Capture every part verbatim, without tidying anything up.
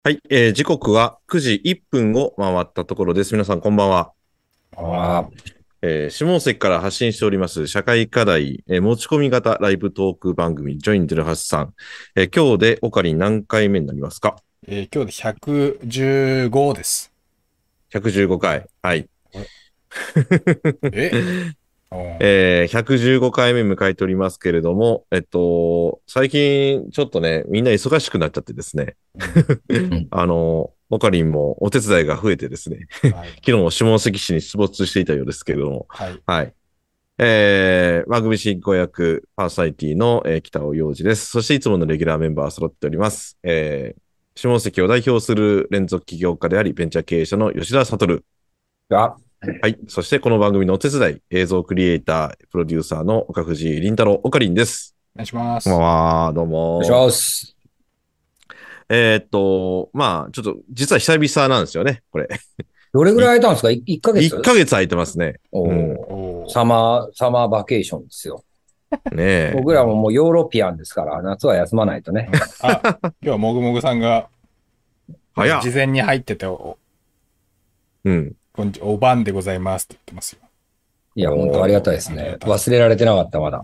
はい、えー時刻はくじいっぷんを回ったところです。皆さん、こんばんは。 ああ、 えー下関から発信しております社会課題、えー持ち込み型ライブトーク番組、ジョインゼロはちさん。えー今日でオカリン何回目になりますか？ えー今日でひゃくじゅうごです。 ひゃくじゅうご 回。はい。 あれえおーえーひゃくじゅうごかいめ迎えておりますけれども、えっと、最近ちょっとね、みんな忙しくなっちゃってですね、 うん。 うん。 あの、オカリンもお手伝いが増えてですね、 はい。 昨日下関市に出没していたようですけれども、 はい。 はい。えー、番組進行役、パーソナリティの、えー北尾洋二です。そしていつものレギュラーメンバー揃っております。えー、下関を代表する連続起業家であり、ベンチャー経営者の吉田悟。 あ、 はい。そしてこの番組のお手伝い、映像クリエイター、プロデューサーの岡藤凛太郎、岡凛です。 お願いしまこんばんす。 は、どうお願いしも。 ます。 えーっと、まあ、ちょっと、実は久々なんですよね、これ。 どれぐらいい空いたんですか？ いっ ヶ 1 月。 ヶ月空いてますね。うん。 おー、 おー。 サマー、サマーバケーションですよ。 ねえ。 僕らももうヨーロピアンですから、夏は休まないとね。 うん。あ、今日はもぐもぐさんが、なんか早っ。 事前に入ってて、お、 うん。 こんにちは、お晩でございますって言ってますよ。 いや、本当ありがおー。 たいですね。 ありがたい。 忘れられてなかった、まだ。 うん。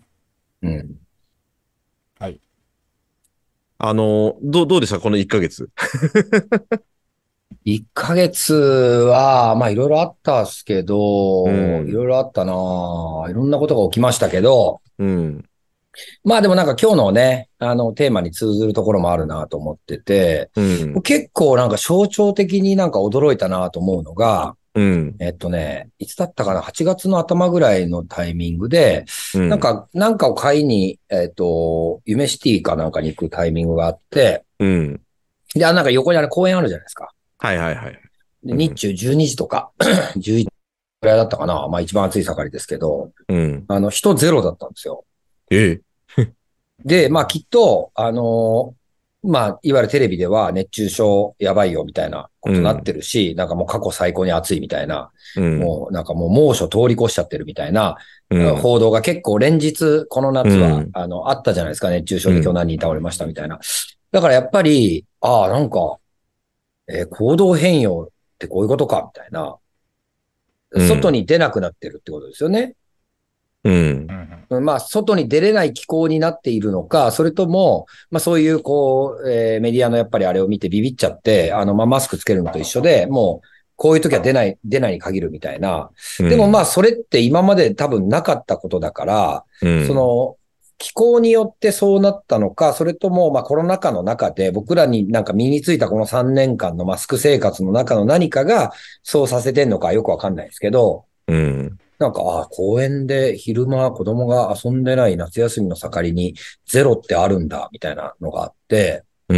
うん。 はい。 あの、どう、どうでしたこのいっかげつ。 いっかげつは、まあいろいろあったっすけうど、いろいん。 ろあったなぁ。いろんなことが起きましたけど、 うん。 まあでもなんか今日のね、あのテーマに通ずるところもあるなと思ってて、 うん。 結構なんか象徴的になんか驚いたなと思うのが、 うん。 えっとね、いつだったかな？ はち 月の頭ぐらいのタイミングで、 うん。 なんか、なんかを買いに、えっと、夢シティかなんかに行くタイミングがあって、 うん。 で、あ、なんか横にあれ公園あるじゃないですか。 はいはいはい。 で、 うん。 日中じゅうにじとか、じゅういちぐらいだったかな。まあ一番暑い盛りですけど、 うん。 あの、人ゼロだったんですよ。 ええ。 で、まあきっと、あのまあ、いわゆるテレビでは熱中症やばいよみたいなことになってうん。 るし、なんかもう過去最高に暑いみたいな、 うん。 もうなんかもう猛暑通り越しちゃってるみたいなうん。 報道が結構連日このう夏はん。 あのあったじゃないですか。熱中症で今日うん。 何人倒れましたみたいな。だからやっぱり、ああ、なんか、えー行動変容ってこういうことかみたいな。 うん。 外に出なくなってるってことですよね。 うん。 うん。 まあ、外に出れない気候になっているのか、それとも、まあ、そういう、こう、えーメディアのやっぱりあれを見てビビっちゃって、あの、まあ、マスクつけるのと一緒で、もう、こういう時は出ない、出ないに限るみたいな。でもまあ、 うん。 それって今まで多分なかったことだから、 うん。 その、気候によってそうなったのか、それとも、まあ、コロナ禍の中で僕らになんか身についたこのさんねんかんのマスク生活の中の何かがそうさせてんのかよくわかんないですけど、 うん。 なんか、ああ、公園で昼間子供が遊んでない夏休みの盛りにゼロってあるんだ、みたいなのがあって、 うん。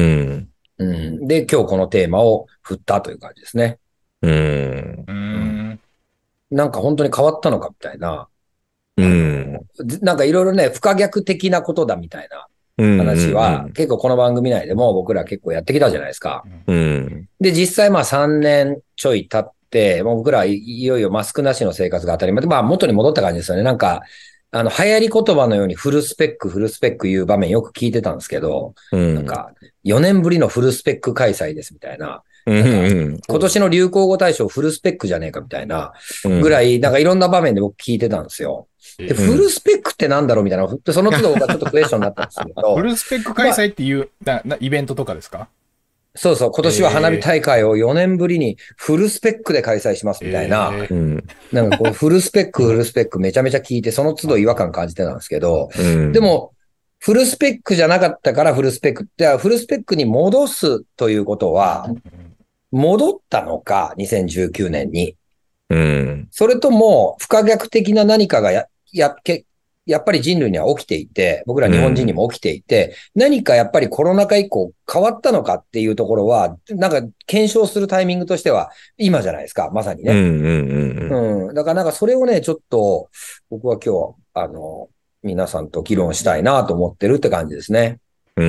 うん。で、今日このテーマを振ったという感じですね。 うん。 ううん。 ん。 なんか本当に変わったのかみたいな、 うあん。 の、ずなんかいろいろね、不可逆的なことだみたいなうん。 話は、 うん。 結構この番組内でも僕ら結構やってきたじゃないですか。 うん。 で、実際まあさんねんちょい経って、もう僕らいいよいよマスクなしの生活が当たり前で、まあ元に戻った感じですよね。なんか、あの、流行り言葉のようにフルスペック、フルスペック言う場面よく聞いてたんですけど、 うん。 なんか、よねんぶりのフルスペック開催ですみたいな、 うなんか、 ん。 今年の流行語大賞フルスペックじゃねえかみたいなうん。 ぐらい、なんかいろんな場面で僕聞いてたんですよ。で、 えフルうん。 スペックってなんだろうみたいな、でその都度僕はちょっとクエスチョンになったんですけフど、 ルスペック開まあ、 催っていう、な、な、イベントとかですか？ そうそう、今年は花火え大会をよねんぶりにフルスペックで開催しますー、 みたいな、 えうん。 なんかこう、フルスペック、フルスペックめちゃめちゃ聞いて、その都度違和感感じてたんですけど、 うん。 でも、フルスペックじゃなかったからフルスペックって、フルスペックに戻すということは、戻ったのか、にせんじゅうきゅうねんに。 うん。 それとも、不可逆的な何かがや、や、け、やっぱり人類には起きていて、僕ら日本人にも起きていて、何かやっぱりコロナ禍以降変わったのかっていうところは、なんか検証するタイミングとしては今じゃないですか、まさにうん。 ね。 うん。 うん。だからなんかそれをね、ちょっと僕は今日、あの、皆さんと議論したいなと思ってるって感じですね。 うん。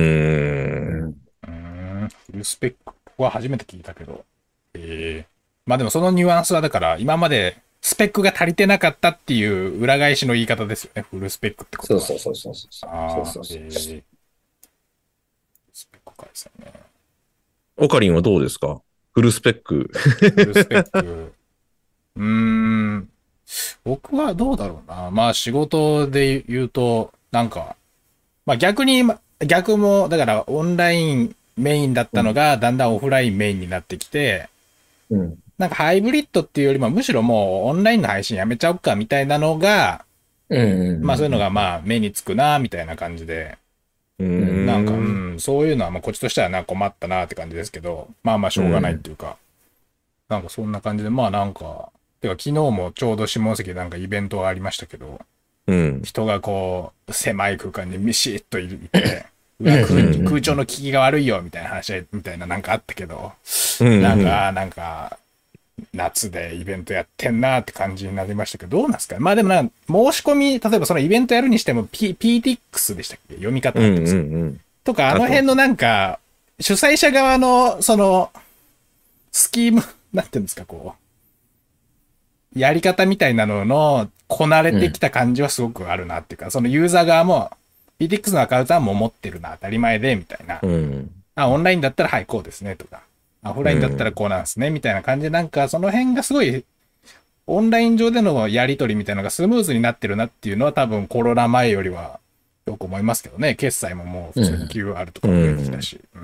うん。 ー、うーん。フルスペックは初めて聞いたけど。えー、まあでもそのニュアンスはだから今までスペックが足りてなかったっていう裏返しの言い方ですよね。フルスペックってことは。 そうそうそうそうそう。そうああ、 そうそう。 えー、スペック開催ね。 オカリンはどうですか？フルスペック。 フルスペック。うーん。僕はどうだろうな。まあ仕事で言うと、なんか、まあ逆に、逆も、だからオンラインメインだったのが、だんだんオフラインメインになってきて、 うん。 なんかハイブリッドっていうよりも、むしろもうオンラインの配信やめちゃおうかみたいなのが、 うんうん。 まあそういうのがまあ目につくな、みたいな感じで、 うーん。 なんか、うん、そういうのはまあこっちとしてはな困ったなって感じですけど、まあまあしょうがないっていうか、なんかそんな感じで、まあなんか、てか昨日もちょうど下関でなんかイベントがありましたけど、 うん。 人がこう、狭い空間にミシッといて、うわうん空うん空調の効きが悪いよみたいな話みたいななんかあったけど、 うんなんか、なんか、夏でイベントやってんなって感じになりましたけど、どうなんですかね。まあでもなんか、申し込み、例えばそのイベントやるにしても、P、ピーティックス でしたっけ？読み方うんうん合ってますうん。 とか、あの辺のなんか、主催者側の、その、スキーム、なんていうんですか、こう、やり方みたいなのの、こなれてきた感じはすごくあるなっていうか、そのユーザー側も、ピーティックス のアカウントはもう持ってるな、当たり前で、みたいな。 うん。 あ、オンラインだったら、はい、こうですね、とか。オフラインだったらこうなんですね、みたいな感じで、なんか、その辺がすごい、オンライン上でのやり取りみたいなのがスムーズになってるなっていうのは多分コロナ前よりはよく思いますけどね。決済ももう普通に キューアール とかも出てきたし。うん。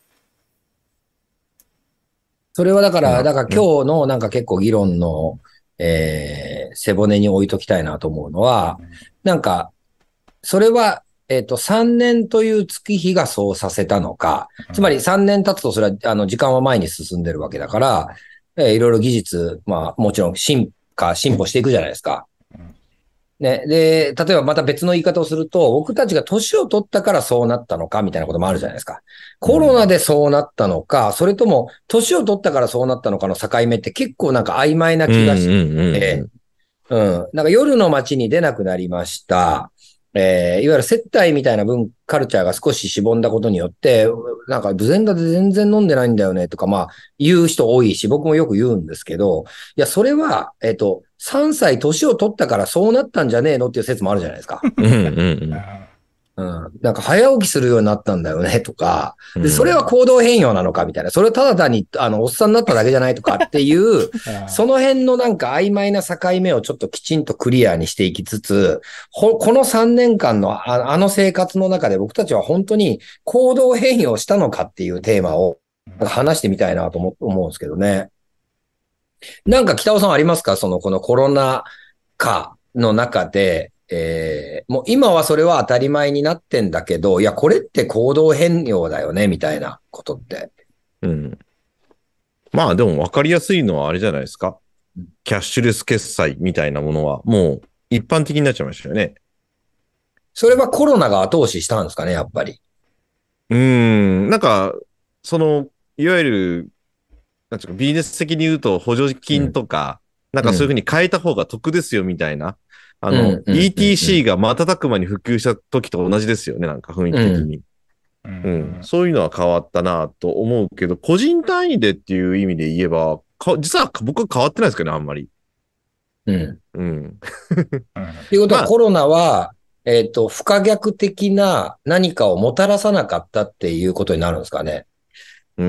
それはだから、 まあだから今日のなんか結構議論の、えー、背骨に置いときたいなと思うのは、なんか、それは、えっと、さんねんという月日がそうさせたのか、つまりさんねん経つとそれは、あの、時間は前に進んでるわけだから、えーいろいろ技術、まあ、もちろん進化、進歩していくじゃないですか。ね。で、例えばまた別の言い方をすると、僕たちが年を取ったからそうなったのかみたいなこともあるじゃないですか。コロナでそうなったのか、それとも年を取ったからそうなったのかの境目って結構なんか曖昧な気がしてて、うん。なんか夜の街に出なくなりました。えー、いわゆる接待みたいな文、カルチャーが少ししぼんだことによって、なんか、ブゼンダで全然飲んでないんだよねとか、まあ、言う人多いし、僕もよく言うんですけど、いや、それは、えっと、さんさい年を取ったからそうなったんじゃねえのっていう説もあるじゃないですか。 うんうんうん。 うん。なんか早起きするようになったんだよねとか、で、 うんそれは行動変容なのかみたいな、それはただ単に、あの、おっさんになっただけじゃないとかっていう、その辺のなんか曖昧な境目をちょっときちんとクリアにしていきつつ、ほこのさんねんかんのああの生活の中で僕たちは本当に行動変容したのかっていうテーマをなんか話してみたいなと思思うんですけどね。なんか北尾さんありますか？そのこのコロナ禍の中で、えー、もう今はそれは当たり前になってんだけど、いや、これって行動変容だよね、みたいなことって。 うん。まあでも分かりやすいのはあれじゃないですか。キャッシュレス決済みたいなものはもう一般的になっちゃいましたよね。 それはコロナが後押ししたんですかね、やっぱり。 うーん。なんか、その、いわゆる、なんていうか、ビジネス的に言うと補助金とか、なんかそういうふうに変えた方が得ですよみたいな。あの、 うんうんうんうんイーティーシー が瞬く間に普及した時と同じですよね、なんか雰囲気的に。 ううん。そういうのは変わったなと思うけど、個人単位でっていう意味で言えば、か実は僕は変わってないですけどね、あんまり。 うん。 うん。 っていうことまあ、 はコロナは、えっと、不可逆的な何かをもたらさなかったっていうことになるんですかね。 うん、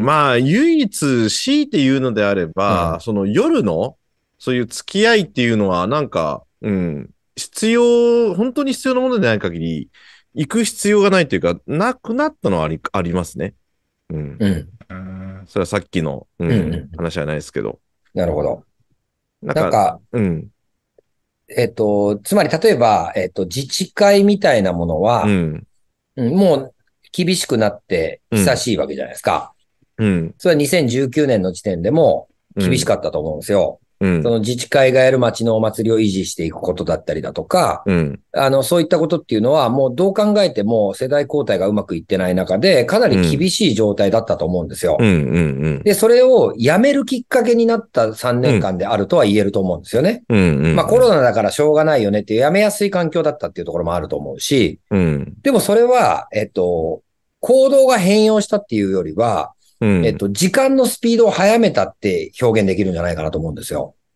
まあ、唯一強いて言うのであれば、 うんその夜の、そういう付き合いっていうのは、なんか、うん、必要、本当に必要なものでない限り、行く必要がないというか、なくなったのはあり、ありますね。うん。 うん。 それはさっきの、うん、 うんうん話じゃないですけど。 なるほど。 なんか、 なんか、 うん、 えっと、つまり例えば、えっと、自治会みたいなものは、 うん、 うんもう厳しくなってうん、 久しいわけじゃないですか。 うん、 それはにせんじゅうきゅうねんの時点でも厳しかったと思うんですよ。 うん、 その自治会がやる街のお祭りを維持していくことだったりだとか、 うん、 あの、そういったことっていうのは、もうどう考えても世代交代がうまくいってない中で、かなり厳しい状態だったと思うんですよ。 うん、うん、うん。 で、それをやめるきっかけになったさんねんかんであるとは言えると思うんですよね。 うん、うん。 まあコロナだからしょうがないよねっていうやめやすい環境だったっていうところもあると思うし、 うん、 でもそれは、えっと、行動が変容したっていうよりは、 うん、 えっと、時間のスピードを速めたって表現できるんじゃないかなと思うんですよ。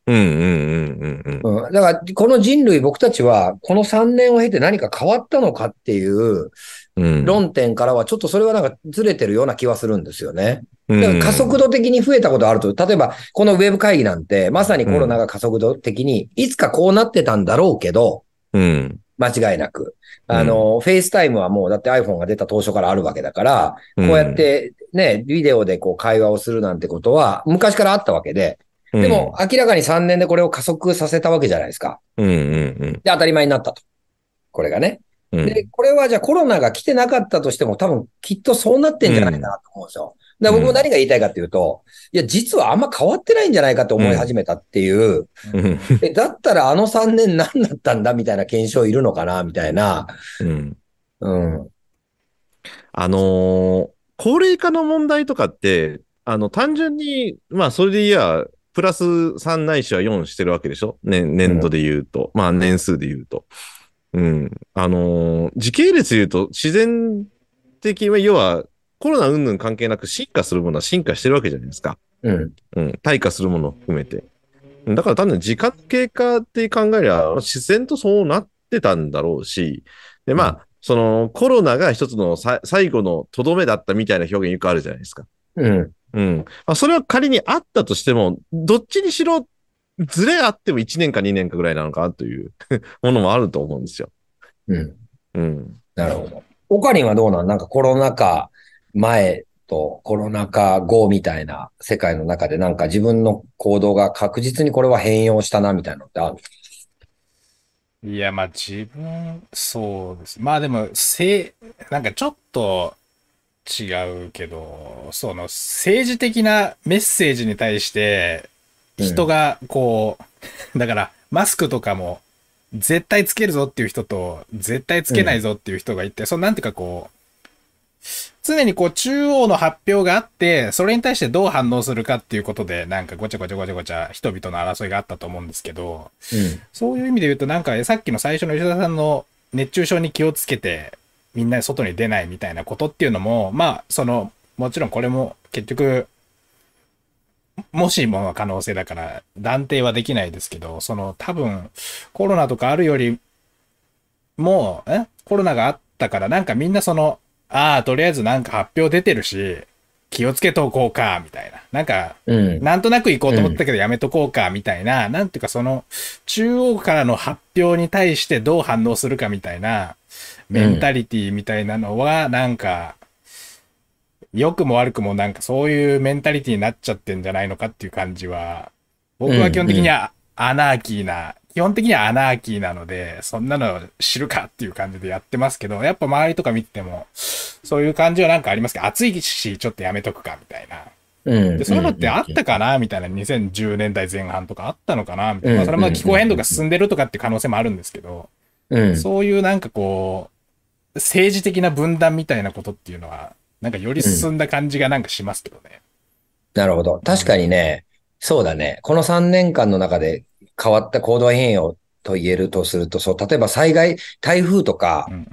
うんうんうんうんうん。 うん。だから、この人類、僕たちは、このさんねんを経て何か変わったのかっていううん。 論点からは、ちょっとそれはなんかずれてるような気はするんですよね。 うだから加速ん。 度的に増えたことあると、例えば、このウェブ会議なんて、まさにコロナうん。 が加速度的に、いつかこうなってたんだろうけど、 うん。 間違いなく。 うん。 あの、フェイスタイムはもうだって iPhone が出た当初からあるわけだから、こうやっうん。 てね、ビデオでこう会話をするなんてことは昔からあったわけで、でもうん。 明らかにさんねんでこれを加速させたわけじゃないですか。 うん。うん。 で、当たり前になったと。これがね。で、 うん。 これはじゃあコロナが来てなかったとしても多分きっとそうなってんじゃないかなと思うんですよ。だから僕も何が言いたいかっていうと、いや、実はあんま変わってないんじゃないかと思い始めたっていう、 うんうん。 え、だったらあのさんねん何だったんだみたいな検証いるのかなみたいな。 うん。 うん。 あのー高齢化の問題とかって、あの、単純に、まあ、それでいや、プラスさんないしはよんしてるわけでしょ、ね、年度うん。 で言うと。まあ、年数で言うと。うん。あのー時系列で言うと、自然的に、要は、コロナ云々関係なく進化するものは進化してるわけじゃないですか。 うん。 うん。退化するものを含めて。だから単に時間経過って考えりゃ、自然とそうなってたんだろうし、で、 うん。 まあ、そのコロナが一つのさ最後のとどめだったみたいな表現よくあるじゃないですか。 うん。 うん。まあ、それは仮にあったとしても、どっちにしろ、ずれあってもいちねんかにねんかぐらいなのかなというものもあると思うんですよ。 うん。 うん。 なるほど。オカリンはどうなん？なんかコロナ禍前とコロナ禍後みたいな世界の中でなんか自分の行動が確実にこれは変容したなみたいなのってある？ いや、まあ自分、そうです。まあでも、せい、なんかちょっと違うけど、その政治的なメッセージに対してうん。 人がこう、だからマスクとかも絶対つけるぞっていう人と絶対つけないうん。 ぞっていう人がいて、そのなんていうかこう、常にこう中央の発表があって、それに対してどう反応するかっていうことで、なんかごちゃごちゃごちゃごちゃ人々の争いがあったと思うんですけど、 うん。 そういう意味で言うと、なんかさっきの最初の吉田さんの熱中症に気をつけて、みんな外に出ないみたいなことっていうのも、まあ、その、もちろんこれも結局、もしもの可能性だから断定はできないですけど、その多分コロナとかあるよりも、えコロナがあったからなんかみんなその、ああ、とりあえずなんか発表出てるし、気をつけとこうか、みたいな。なんか、 うん。 なんとなく行こうと思っうん。 たけどやめとこうか、みたいな、なんていうかその、中央からの発表に対してどう反応するかみたいな、メンタうん。 リティみたいなのは、なんか、良くも悪くもなんかそういうメンタリティになっちゃってんじゃないのかっていう感じは、僕は基うん。うん。 本的にはアナーキーな、基本的にはアナーキーなので、そんなの知るかっていう感じでやってますけど、やっぱ周りとか見てても、そういう感じはなんかありますけど、暑いし、ちょっとやめとくか、みたいな。 うん。 で、 うん。 そういうのってあっうん。 たかなみたいな、にせんじゅうねんだいぜん半とかあったのかなみたいな。まあ、そうん。 れはまあ気候変動が進んでるとかっていう可能性もあるんですけど、 うん。 そういうなんかこう、政治的な分断みたいなことっていうのは、なんかよりうん。 進んだ感じがなんかしますけどね。 なるほど。確かにうん。 ね、そうだね。このさんねんかんの中で変わった行動変容と言えるとすると、そう、例えば災害、台風とか、 うんうん。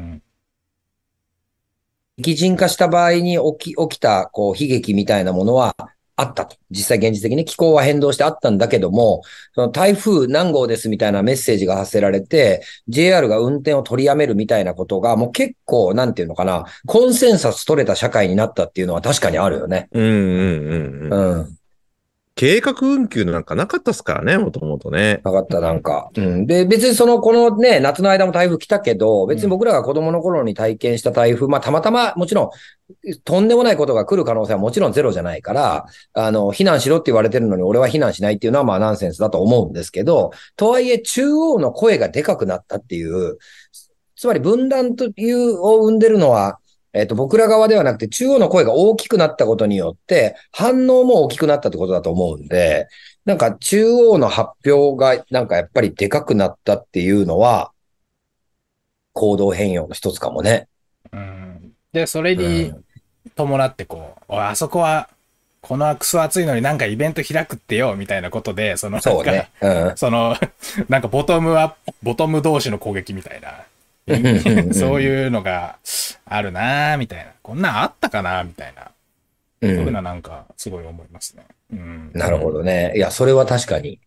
激甚化した場合に起き、起きた、こう、悲劇みたいなものはあったと。実際現実的に気候は変動してあったんだけども、その台風何号ですみたいなメッセージが発せられて、ジェイアール が運転を取りやめるみたいなことが、もう結構、なんていうのかな、コンセンサス取れた社会になったっていうのは確かにあるよね。 うんうんうんうん。 うん。 計画運休なんかなかったっすからね、もともとね。 わかった、なんか。うん。で、別にその、このね、夏の間も台風来たけど、別にうん。 僕らが子供の頃に体験した台風、まあ、たまたま、もちろん、とんでもないことが来る可能性はもちろんゼロじゃないから、あの、避難しろって言われてるのに俺は避難しないっていうのはまあナンセンスだと思うんですけど、とはいえ中央の声がでかくなったっていう、つまり分断というを生んでるのは、えっと、僕ら側ではなくて中央の声が大きくなったことによって反応も大きくなったってことだと思うんで、なんか中央の発表がなんかやっぱりでかくなったっていうのは行動変容の一つかもね。 うん。で、それうにん。 伴ってこう、おいあそこは、このクソ暑いのになんかイベント開くってよ、みたいなことで、そのなんか、 そうね。うん。 その、なんかボトムは、ボトム同士の攻撃みたいな、 うんうんそううんいうのがあるなぁ、みたいな。こんなんあったかなみたいな。 うん。 そういうのはなんか、すごい思いますね。うん。 なるほどね。いや、それは確かに。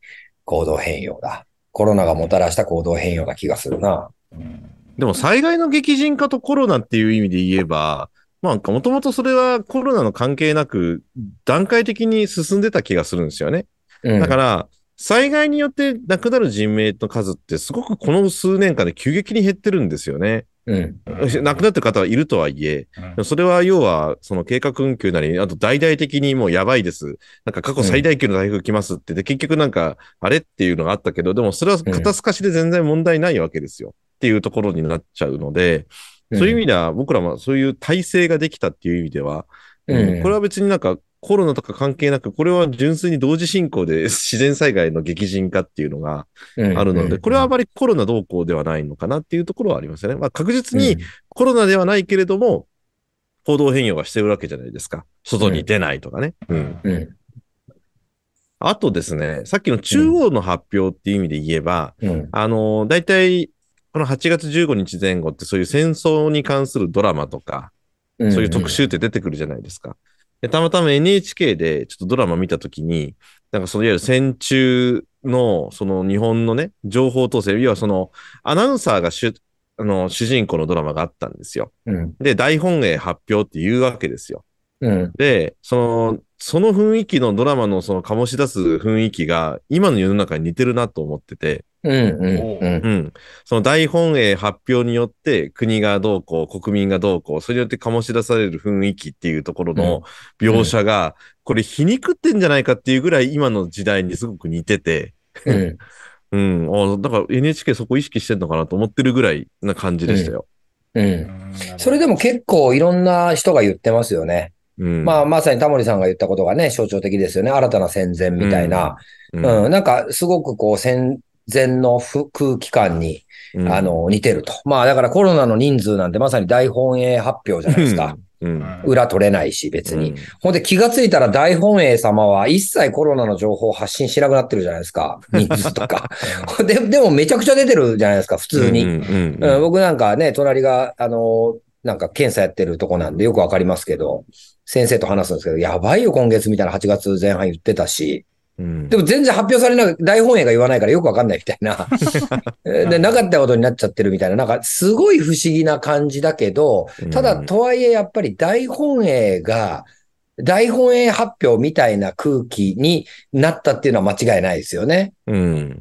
行動変容だ。コロナがもたらした行動変容な気がするな。 うん、 でも災害の激甚化とコロナっていう意味で言えば、まあ、もともとそれはコロナの関係なく段階的に進んでた気がするんですよね。 うん、 だから、災害によって亡くなる人命の数ってすごくこの数年間で急激に減ってるんですよね。 うん、 亡くなってる方はいるとはいえ、 うん、 それは要は、その計画運休なり、あと大々的にもうやばいです。なんか過去最大級の台風来ますって、で、結局なんか、あれっていうのがあったけど、でもそれは肩透かしで全然問題ないわけですよ。っていうところになっちゃうので、そういう意味では僕らもそういう体制ができたっていう意味では、 うんうん、これは別になんかコロナとか関係なく、これは純粋に同時進行で自然災害の激甚化っていうのがあるので、これはあまりコロナ動向ではないのかなっていうところはありますよね。まあ確実にコロナではないけれども、行動変容はしてるわけじゃないですか。外に出ないとかね。うんうん、 あとですね、さっきの中央の発表っていう意味で言えば、 うん、 あの、大体、このはちがつじゅうごにちぜん後ってそういう戦争に関するドラマとか、 うん、 そういう特集って出てくるじゃないですか。でたまたま エヌエイチケー でちょっとドラマ見たときに、なんかそのいわゆる戦中のその日本のね、情報統制、要はそのアナウンサーが主あの主人公のドラマがあったんですよ。 うん、 で、大本営発表っていうわけですよ。 うん、 で、その、その雰囲気のドラマのその醸し出す雰囲気が今の世の中に似てるなと思ってて、 うん、うん、 うん。その大本営発表によって国がどうこう、国民がどうこう、それによって醸し出される雰囲気っていうところの描写が、これ皮肉ってんじゃないかっていうぐらい今の時代にすごく似てて、 うん、 うん。あ、だから エヌエイチケー そこ意識してんのかなと思ってるぐらいな感じでしたよ。 うん。うん、それでも結構いろんな人が言ってますよね。うん、まあ、まさにタモリさんが言ったことがね、象徴的ですよね。新たな戦前みたいな。うん。うん、なんか、すごくこう、戦前の空気感に、うん、あの、似てると。まあ、だからコロナの人数なんてまさに大本営発表じゃないですか。うん、裏取れないし、別に。うん、ほんで気がついたら大本営様は一切コロナの情報を発信しなくなってるじゃないですか。人数とか。で、でもめちゃくちゃ出てるじゃないですか、普通に。僕なんかね、隣が、あの、なんか検査やってるとこなんでよくわかりますけど、先生と話すんですけど、やばいよ今月みたいなはちがつぜん半言ってたし、うん、でも全然発表されない、大本営が言わないからよくわかんないみたいな。で、なかったことになっちゃってるみたいな、なんかすごい不思議な感じだけど、ただとはいえやっぱり大本営が、大本営発表みたいな空気になったっていうのは間違いないですよね。うん。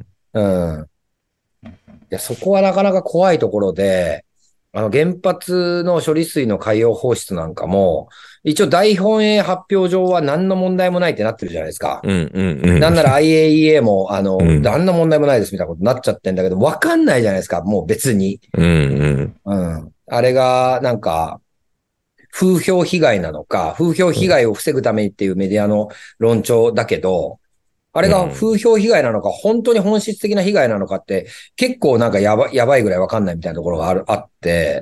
うん。いや、そこはなかなか怖いところで、あの原発の処理水の海洋放出なんかも、一応大本営発表上は何の問題もないってなってるじゃないですか。うんうんうん、なんなら アイエーイーエー も、あの、うん、何の問題もないですみたいなことになっちゃってんだけど、わかんないじゃないですか、もう別に。うんうんうん、あれが、なんか、風評被害なのか、風評被害を防ぐためにっていうメディアの論調だけど、あれが風評被害なのか、本当に本質的な被害なのかって、結構なんかやばやばいぐらいわかんないみたいなところがある、あって、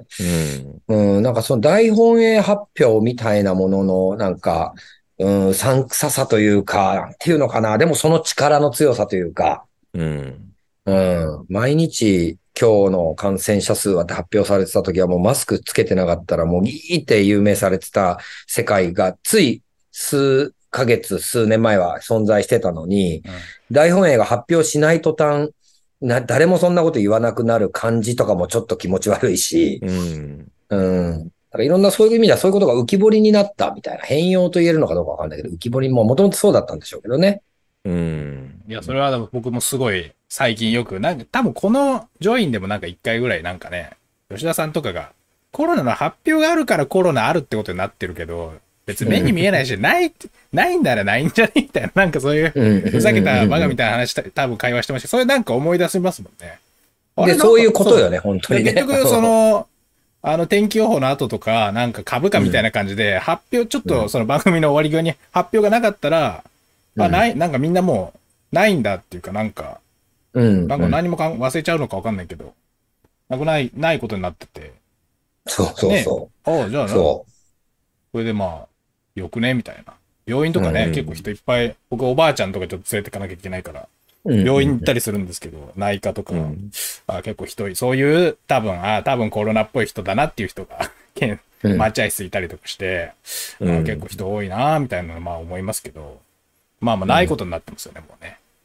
うん、うん、なんかその大本営発表みたいなものの、なんか、うん、散臭さというか、っていうのかな。でもその力の強さというか、うん、うん、毎日今日の感染者数はって発表されてた時はもうマスクつけてなかったらもうギーって有名されてた世界がつい数ヶ月、数年前は存在してたのに、うん、大本営が発表しない途端、な、誰もそんなこと言わなくなる感じとかもちょっと気持ち悪いし、うん。うん。だからいろんなそういう意味ではそういうことが浮き彫りになったみたいな、変容と言えるのかどうかわかんないけど、浮き彫りももともとそうだったんでしょうけどね。 うん。いや、それは僕もすごい最近よく、なんか多分このジョインでもなんか一回ぐらいなんかね、吉田さんとかがコロナの発表があるからコロナあるってことになってるけど、別に目に見えないし、ない、ないんならないんじゃねみたいな、なんかそういう、ふざけたバカみたいな話、多分会話してました。それなんか思い出しますもんね。 で、そういうことよね、本当にね。 結局、その、あの、天気予報の後とか、なんか株価みたいな感じで、発表、ちょっとその番組の終わり際に発表がなかったら、あ、ない、なんかみんなもう、ないんだっていうか、なんか、なんか何もかん忘れちゃうのかわかんないけど、なくない、ないことになってて。 そうそうそう。 ああ、じゃあな。そう。これでまあ、よくねみたいな。病院とかね、うん、結構人いっぱい、僕おばあちゃんとかちょっと連れてかなきゃいけないから、うん、病院行ったりするんですけど、内科とか、うん、あ結構人い、そういう多分、あ多分コロナっぽい人だなっていう人が、待合室いたりとかして、うん、結構人多いなみたいなのまあ思いますけど、まあまあないことになってますよね、もうね。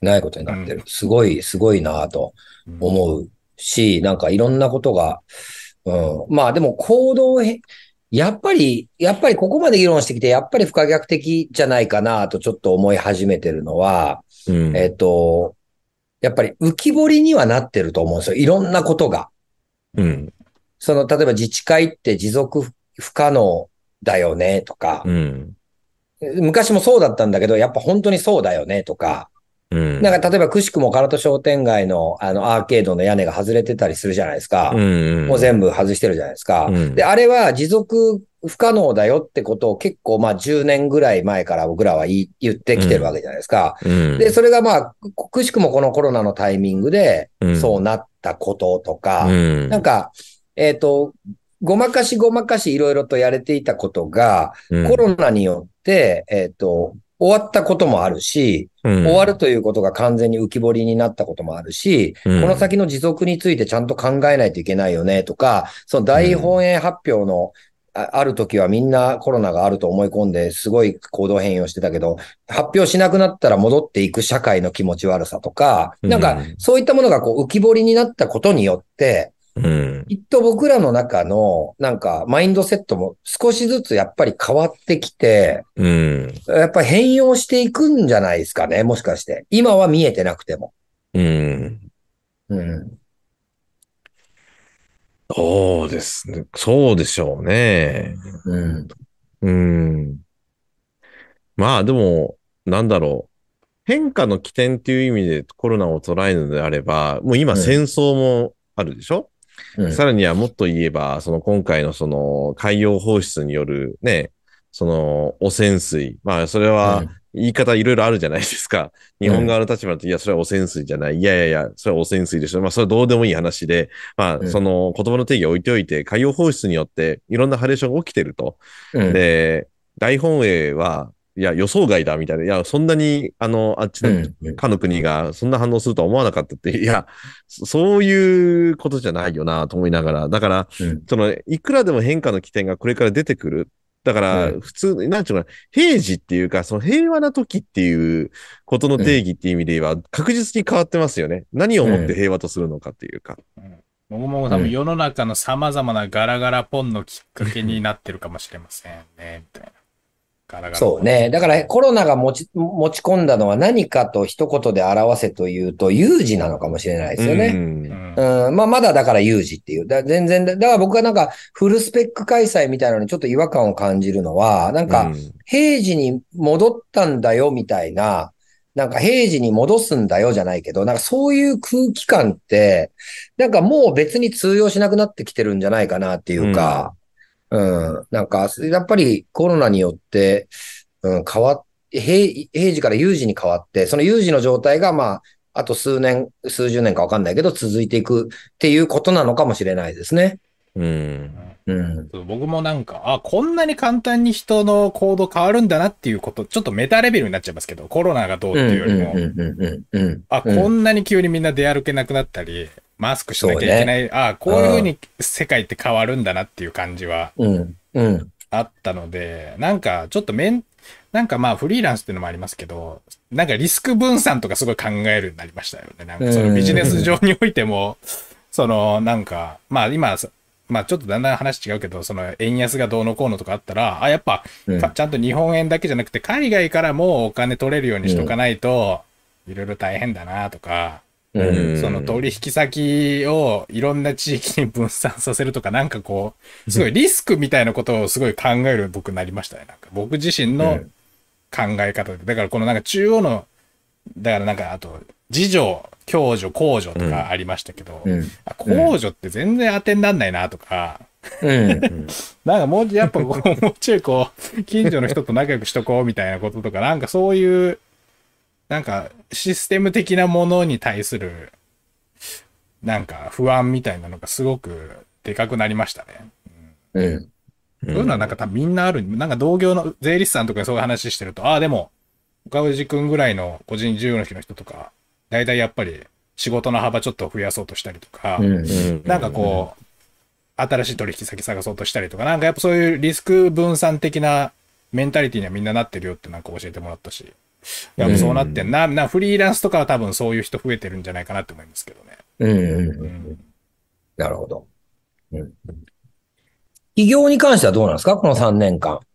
ないことになってる。すごい、すごいなと思うし、なんかいろんなことが、うん。まあでも行動へ、やっぱり、やっぱりここまで議論してきて、やっぱり不可逆的じゃないかなとちょっと思い始めてるのは、 うん。 えっと、やっぱり浮き彫りにはなってると思うんですよ。いろんなことが。 うん。 その、例えば自治会って持続不可能だよねとか、 うん。 昔もそうだったんだけど、やっぱ本当にそうだよねとか、 うん。 なんか例えばくしくも唐戸商店街のあのアーケードの屋根が外れてたりするじゃないですか。 うん。 もう全部外してるじゃないですか。 うん。 で、あれは持続不可能だよってことを結構まあじゅうねんぐらい前から僕らは言い言ってきてるわけじゃないですか。 うん。 で、それがまあ、くしくもこのコロナのタイミングでうんそうなったこととか、 うん。 なんか、えっと、ごまかしごまかしいろいろとやれていたことが、 うんコロナによって、えっと、終わったこともあるし、 うん終わるということが完全に浮き彫りになったこともあるし、 うんこの先の持続についてちゃんと考えないといけないよねとか、その大本営発表のあある時はみんなコロナがあると思い込んですごい行動変容してたけど、発表しなくなったら戻っていく社会の気持ち悪さとか、なんかそういったものがこう浮き彫りになったことによって、 うんきっと僕らの中のなんかマインドセットも少しずつやっぱり変わってきて、 うんやっぱり変容していくんじゃないですかね、もしかして。今は見えてなくても。 うんうん。 そうですね。そうでしょうね。 うん。 うん。まあでも、なんだろう。変化の起点っていう意味でコロナを捉えるのであれば、もう今うん。 戦争もあるでしょ。 うん。 さらにはもっと言えば、その今回のその海洋放出によるね、その汚染水。まあそれはうん。 言い方いろいろあるじゃないですか。日本側うん。 の立場だと、いや、それは汚染水じゃない。いやいやいや、それは汚染水でしょ。まあそれはどうでもいい話で、まあそうん。 の言葉の定義を置いておいて、海洋放出によっていろんなハレーションが起きてると。 うん。 で、大本営は、いや、予想外だみたいな。いや、そんなに、あの、あっちの、 うん。うん。 かの国がそんな反応するとは思わなかったって、いや、そういうことじゃないよなと思いながら。だから、 うん。 その、いくらでも変化の起点がこれから出てくる。だから、普通、なんちゅうの、平時っていうか、その平和な時っていうことの定義っていう意味で言えば、確実に変わってますよね。何をもって平和とするのかっていうか。 もごもごさんも世の中の様々なガラガラポンのきっかけになってるかもしれませんね、みたいな。ガラガラポン。 そうね。だからコロナが持ち、持ち込んだのは何かと一言で表せというと有事なのかもしれないですよね。 うんうん、まあ、まだだから有事っていう。だ全然だ、だから僕はなんかフルスペック開催みたいなのにちょっと違和感を感じるのは、なんか平時に戻ったんだよみたいな、なんか平時に戻すんだよじゃないけど、なんかそういう空気感って、なんかもう別に通用しなくなってきてるんじゃないかなっていうか、うん、うん、なんかやっぱりコロナによって、うん、変わっ、平、平時から有事に変わって、その有事の状態がまあ、あと数年、数十年かわかんないけど、続いていくっていうことなのかもしれないですね。 うん。 うん。 僕もなんか、あ、こんなに簡単に人の行動変わるんだなっていうこと、ちょっとメタレベルになっちゃいますけど、コロナがどうっていうよりも、あ、こんなに急にみんな出歩けなくなったり、マスクしなきゃいけない、ね、あ、こういう風に世界って変わるんだなっていう感じは、あったので、なんかちょっとめん、なんかまあフリーランスっていうのもありますけど、なんかリスク分散とかすごい考えるようになりましたよね。なんかそのビジネス上においても、そのなんか、まあ今、まあちょっとだんだん話違うけど、その円安がどうのこうのとかあったら、あ、やっぱ、ちゃんと日本円だけじゃなくて海外からもお金取れるようにしとかないと、いろいろ大変だなとか、うん、その取引先をいろんな地域に分散させるとか、なんかこう、すごいリスクみたいなことをすごい考える僕になりましたね。なんか僕自身の考え方で。だからこのなんか中央の、だからなんかあと、自助、共助、公助とかありましたけど、うん、公助って全然当てになんないなとか、うん、なんかもうやっぱこう、もうちょいこう、近所の人と仲良くしとこうみたいなこととか、なんかそういう、なんかシステム的なものに対するなんか不安みたいなのがすごくでかくなりましたね。うん。うん、そういうのはなんか多分みんなある。なんか同業の税理士さんとかでそういう話してると、ああでも岡藤くんぐらいの個人事業主の人とか、だいたいやっぱり仕事の幅ちょっと増やそうとしたりとか、うん、なんかこう新しい取引先探そうとしたりとか、なんかやっぱそういうリスク分散的なメンタリティにはみんななってるよってなんか教えてもらったし。 やっぱそうなってんな。な、フリーランスとかは多分そういう人増えてるんじゃないかなって思いますけどね。 うんうんうんうん。なるほど。うん。起業に関してはどうなんですかこのさんねんかん。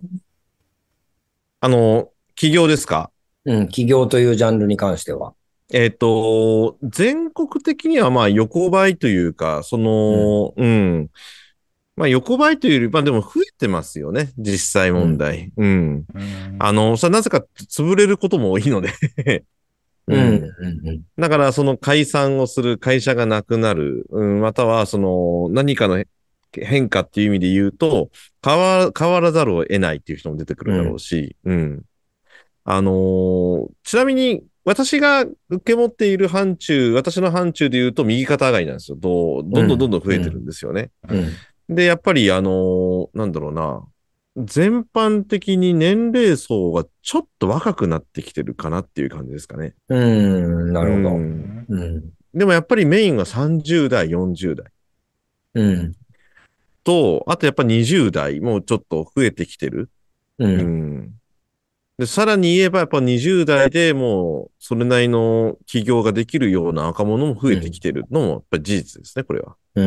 あの、起業ですか？ うん、起業というジャンルに関しては。 えっと、全国的にはまあ横ばいというか、その、うん、まあ横ばいというより、まあでも増えてますよね、実際問題。うん。 うん。 あの、それなぜか潰れることも多いのでうん、 うん。 うん、うん。 だからその解散をする会社がなくなる、うん、またはその何かの変化っていう意味で言うと、変わ、変わらざるを得ないっていう人も出てくるだろうし、うん。あのーちなみに、私が受け持っている範疇、私の範疇で言うと右肩上がりなんですよ。どうどんどんどんどん増えてるんですよね。 うん。 で、やっぱり、あのーなんだろうな、全般的に年齢層がちょっと若くなってきてるかなっていう感じですかね。 うん、なうるほど。 ん。 うん。 でもやっぱりメインはさんじゅう代、よんじゅう代うん。 と、あとやっぱにじゅう代もちょっと増えてきてる。ううん。 ん。で、さらに言えばやっぱにじゅう代でもうそれなりの起業ができるような若者も増えてきてるのもやっぱり事実ですね、これは。 うん、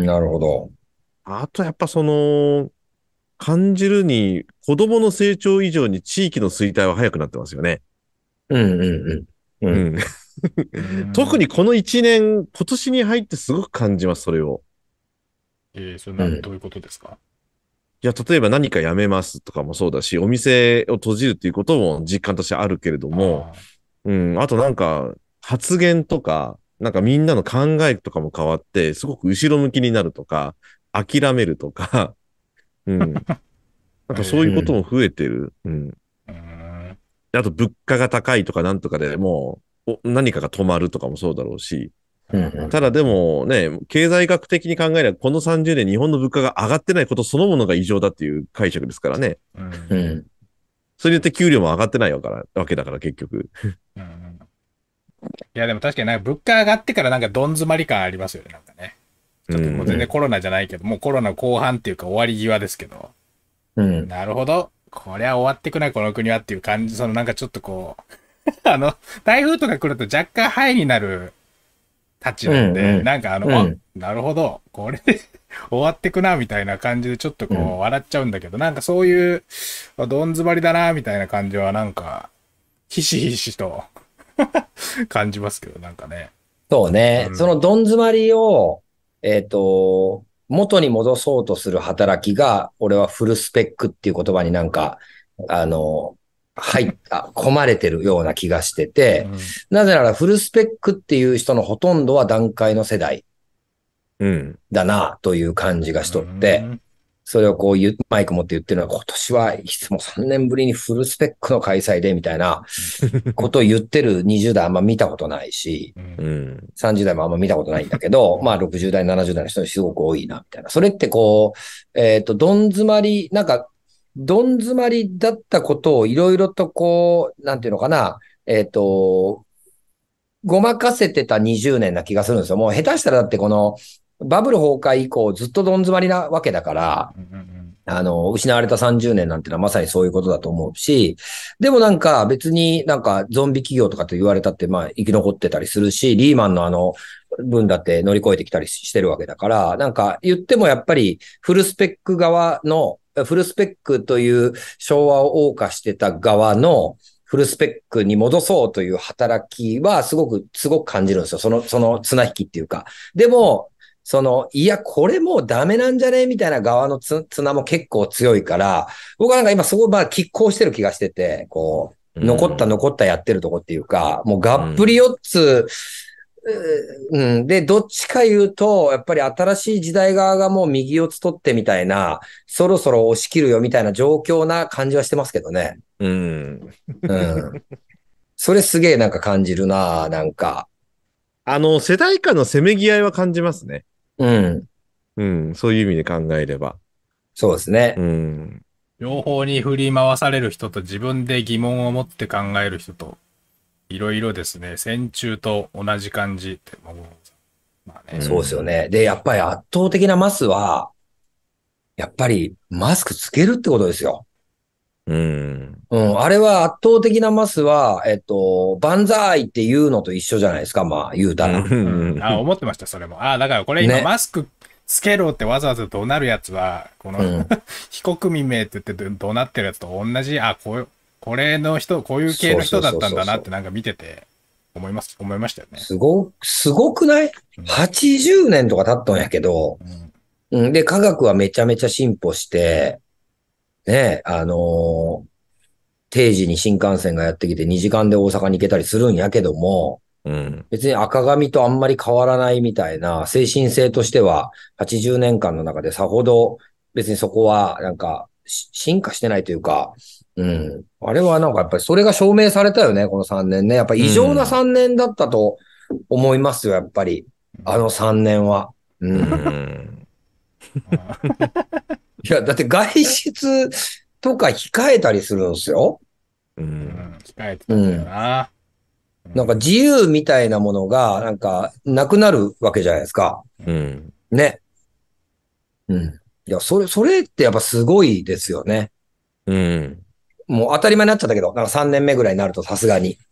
なるほど。 あとやっぱその、感じるに子供の成長以上に地域の衰退は早くなってますよね。 うん、うん、うん。うん。 うん。特にこのいちねん、今年に入ってすごく感じます、それを。 えー、それな、 うん。 どういうことですか？ いや、例えば何かやめますとかもそうだし、お店を閉じるっていうことも実感としてあるけれども、 あうん、あとなんか発言とか、なんかみんなの考えとかも変わって、すごく後ろ向きになるとか、諦めるとか、うん。なんかそういうことえも増えてる。うん。 ー、うん。 あと物価が高いとかなんとかでもう、お何かが止まるとかもそうだろうし、 うん、うん。 ただでもね、経済学的に考えれば、このさんじゅうねん日本の物価が上がってないことそのものが異常だっていう解釈ですからね。 うん。 うん。 それによって給料も上がってないわけだから、結局。 うん。いや、でも確かになんか物価上がってからなんかどん詰まり感ありますよね、なんかね。 うちょっともう全然ん。 コロナじゃないけど、もうコロナ後半っていうか終わり際ですけど、 うん。 なるほど。こりゃ終わってくない、この国はっていう感じ、そのなんかちょっとこう、あの、台風とか来ると若干ハイになるたちうん。 なんで、 うん。 なんかあの、あ、 うん。 なるほど、これで終わってくな、みたいな感じでちょっとこうん。 う笑っちゃうんだけど、なんかそういう、あどん詰まりだな、みたいな感じはなんか、ひしひしと感じますけど、なんかね。 そうね。そうん。 のどん詰まりを、えっと、元に戻そうとする働きが、俺はフルスペックっていう言葉になんか、あの、入った、込まれてるような気がしてて、 うん。 なぜならフルスペックっていう人のほとんどは団塊の世代うん。 だなという感じがしうとって、 ん。 それをこう言う、マイク持って言ってるのは、今年はいつもさんねんぶりにフルスペックの開催でみたいなことを言ってるにじゅう代あんま見たことないし、 うん。 うん。 さんじゅう代もあんま見たことないんだけど、まあろくじゅう代、ななじゅう代の人にすごく多いな、みたいな。それってこう、えっと、どん詰まり、なんか、どん詰まりだったことをいろいろとこう、なんていうのかな、えっと、ごまかせてたにじゅうねんな気がするんですよ。もう下手したらだってこの、バブル崩壊以降ずっとどん詰まりなわけだから、 うん。 あの、失われたさんじゅうねんなんてのはまさにそういうことだと思うし、でもなんか別になんかゾンビ企業とかと言われたってまあ生き残ってたりするし、リーマンのあの分だって乗り越えてきたりしてるわけだから、なんか言ってもやっぱりフルスペック側の、フルスペックという昭和を謳歌してた側のフルスペックに戻そうという働きはすごく、すごく感じるんですよ。その、その綱引きっていうか。でも、その、いや、これもうダメなんじゃねみたいな側のつ綱も結構強いから、僕はなんか今そこ、まあ、拮抗してる気がしてて、こうう、残ったん。 残ったやってるとこっていうか、もうがっぷりうん。 よっつ、うん。で、どっちか言うと、やっぱり新しい時代側がもう右四つ取ってみたいな、そろそろ押し切るよみたいな状況な感じはしてますけどね。 うん。 うん。それすげえなんか感じるな、なんか。 あの、世代間のせめぎ合いは感じますね。 うん。 うん。そういう意味で考えれば。 そうですね。 うん。 両方に振り回される人と自分で疑問を持って考える人と、いろいろですね、戦中と同じ感じって思う。まあね。 そうですよね。で、やっぱり圧倒的なマスは、やっぱりマスクつけるってことですよ。 うん。 うん、あれは圧倒的なマスは、えっと、万歳っていうのと一緒じゃないですか、まあ、言うたら。 うん。あ、思ってました、それも。あ、だからこれ今ね。 マスクつけろってわざわざ怒鳴るやつは、この、 うん。 非国民名って言って怒鳴ってるやつと同じ、あ、こういう、これの人、こういう系の人だったんだなってなんか見てて思います、思いましたよね。 すご、すごくない？ はちじゅう 年とか経ったんやけど、 うん。 うん、で、科学はめちゃめちゃ進歩して、ね、あのー定時に新幹線がやってきてにじかんで大阪に行けたりするんやけども、 うん。 別に赤髪とあんまり変わらないみたいな、精神性としてははちじゅうねんかんの中でさほど別にそこはなんかし進化してないというか、うん。あれはなんかやっぱりそれが証明されたよね、このさんねんね。やっぱり異常なさんねんだったと思いますよ、やっぱり。あのさんねんは。う。 うんん。 いや、だって外出とか控えたりするんですよ。 う。 うんん。控えてたんだよな。 なんか自由みたいなものが、なんか、なくなるわけじゃないですか。 うん。 ね。うん。いや、それ、それってやっぱすごいですよね。 うん。 もう当たり前になっちゃったけど、なんかさんねんめぐらいになるとさすがに。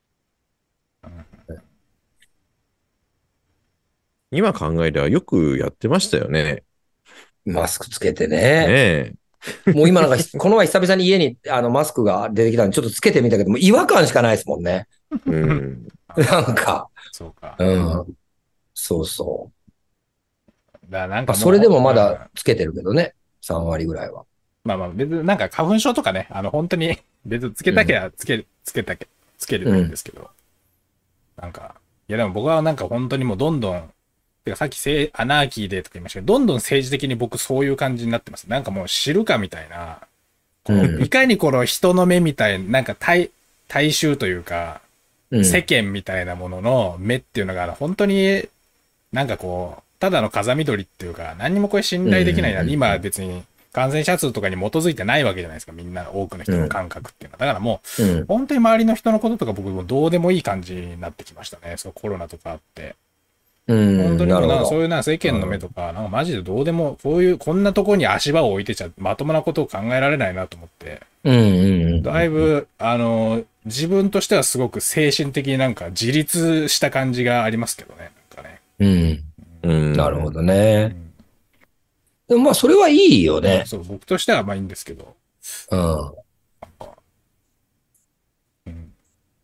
今考えればよくやってましたよね。 マスクつけてね。 ねもう今なんか、この前久々に家にあのマスクが出てきたんで、ちょっとつけてみたけども、違和感しかないですもんね。 え。うん。 なんか、 そうか。 うん。そうそだからなんう。まあ、 かもう、 それでもまうんだつけてるけどね。さん割ぐらいは。 まあまあ別になんか花粉症とかね、あの本当に別につけたけりゃつける、つけたけ、つければいいんですけど、なんか、いやでも僕はなんか本当にもうどんどん、てかさっきせいアナーキーでとか言いましたけど、どんどん政治的に僕そういう感じになってます。なんかもう知るかみたいな、こうんのいかにこの人の目みたいな、なんか大、大衆というか、 うん世間みたいなものの目っていうのが本当になんかこう、ただの風見鶏っていうか、何にもこれ信頼できないな。 うんうんうん今別に感染者数とかに基づいてないわけじゃないですか。みんな多くの人の感覚っていうのは。だからもう、 うん本当に周りの人のこととか僕もどうでもいい感じになってきましたね。そうコロナとかあって。 うん本当にもうなるほど。 なそういうな世間の目とか、なんかマジでどうでも、こういう、こんなとこに足場を置いてちゃまともなことを考えられないなと思って、 うんうんうん。 だいぶ、あの、自分としてはすごく精神的になんか自立した感じがありますけどね。なんかね。 うん。 うん。 なるほどうね。 んでもまあ、それはいいようん、 ね。 そう、僕としてはまあいいんですけど。 うん。 なんか、うん。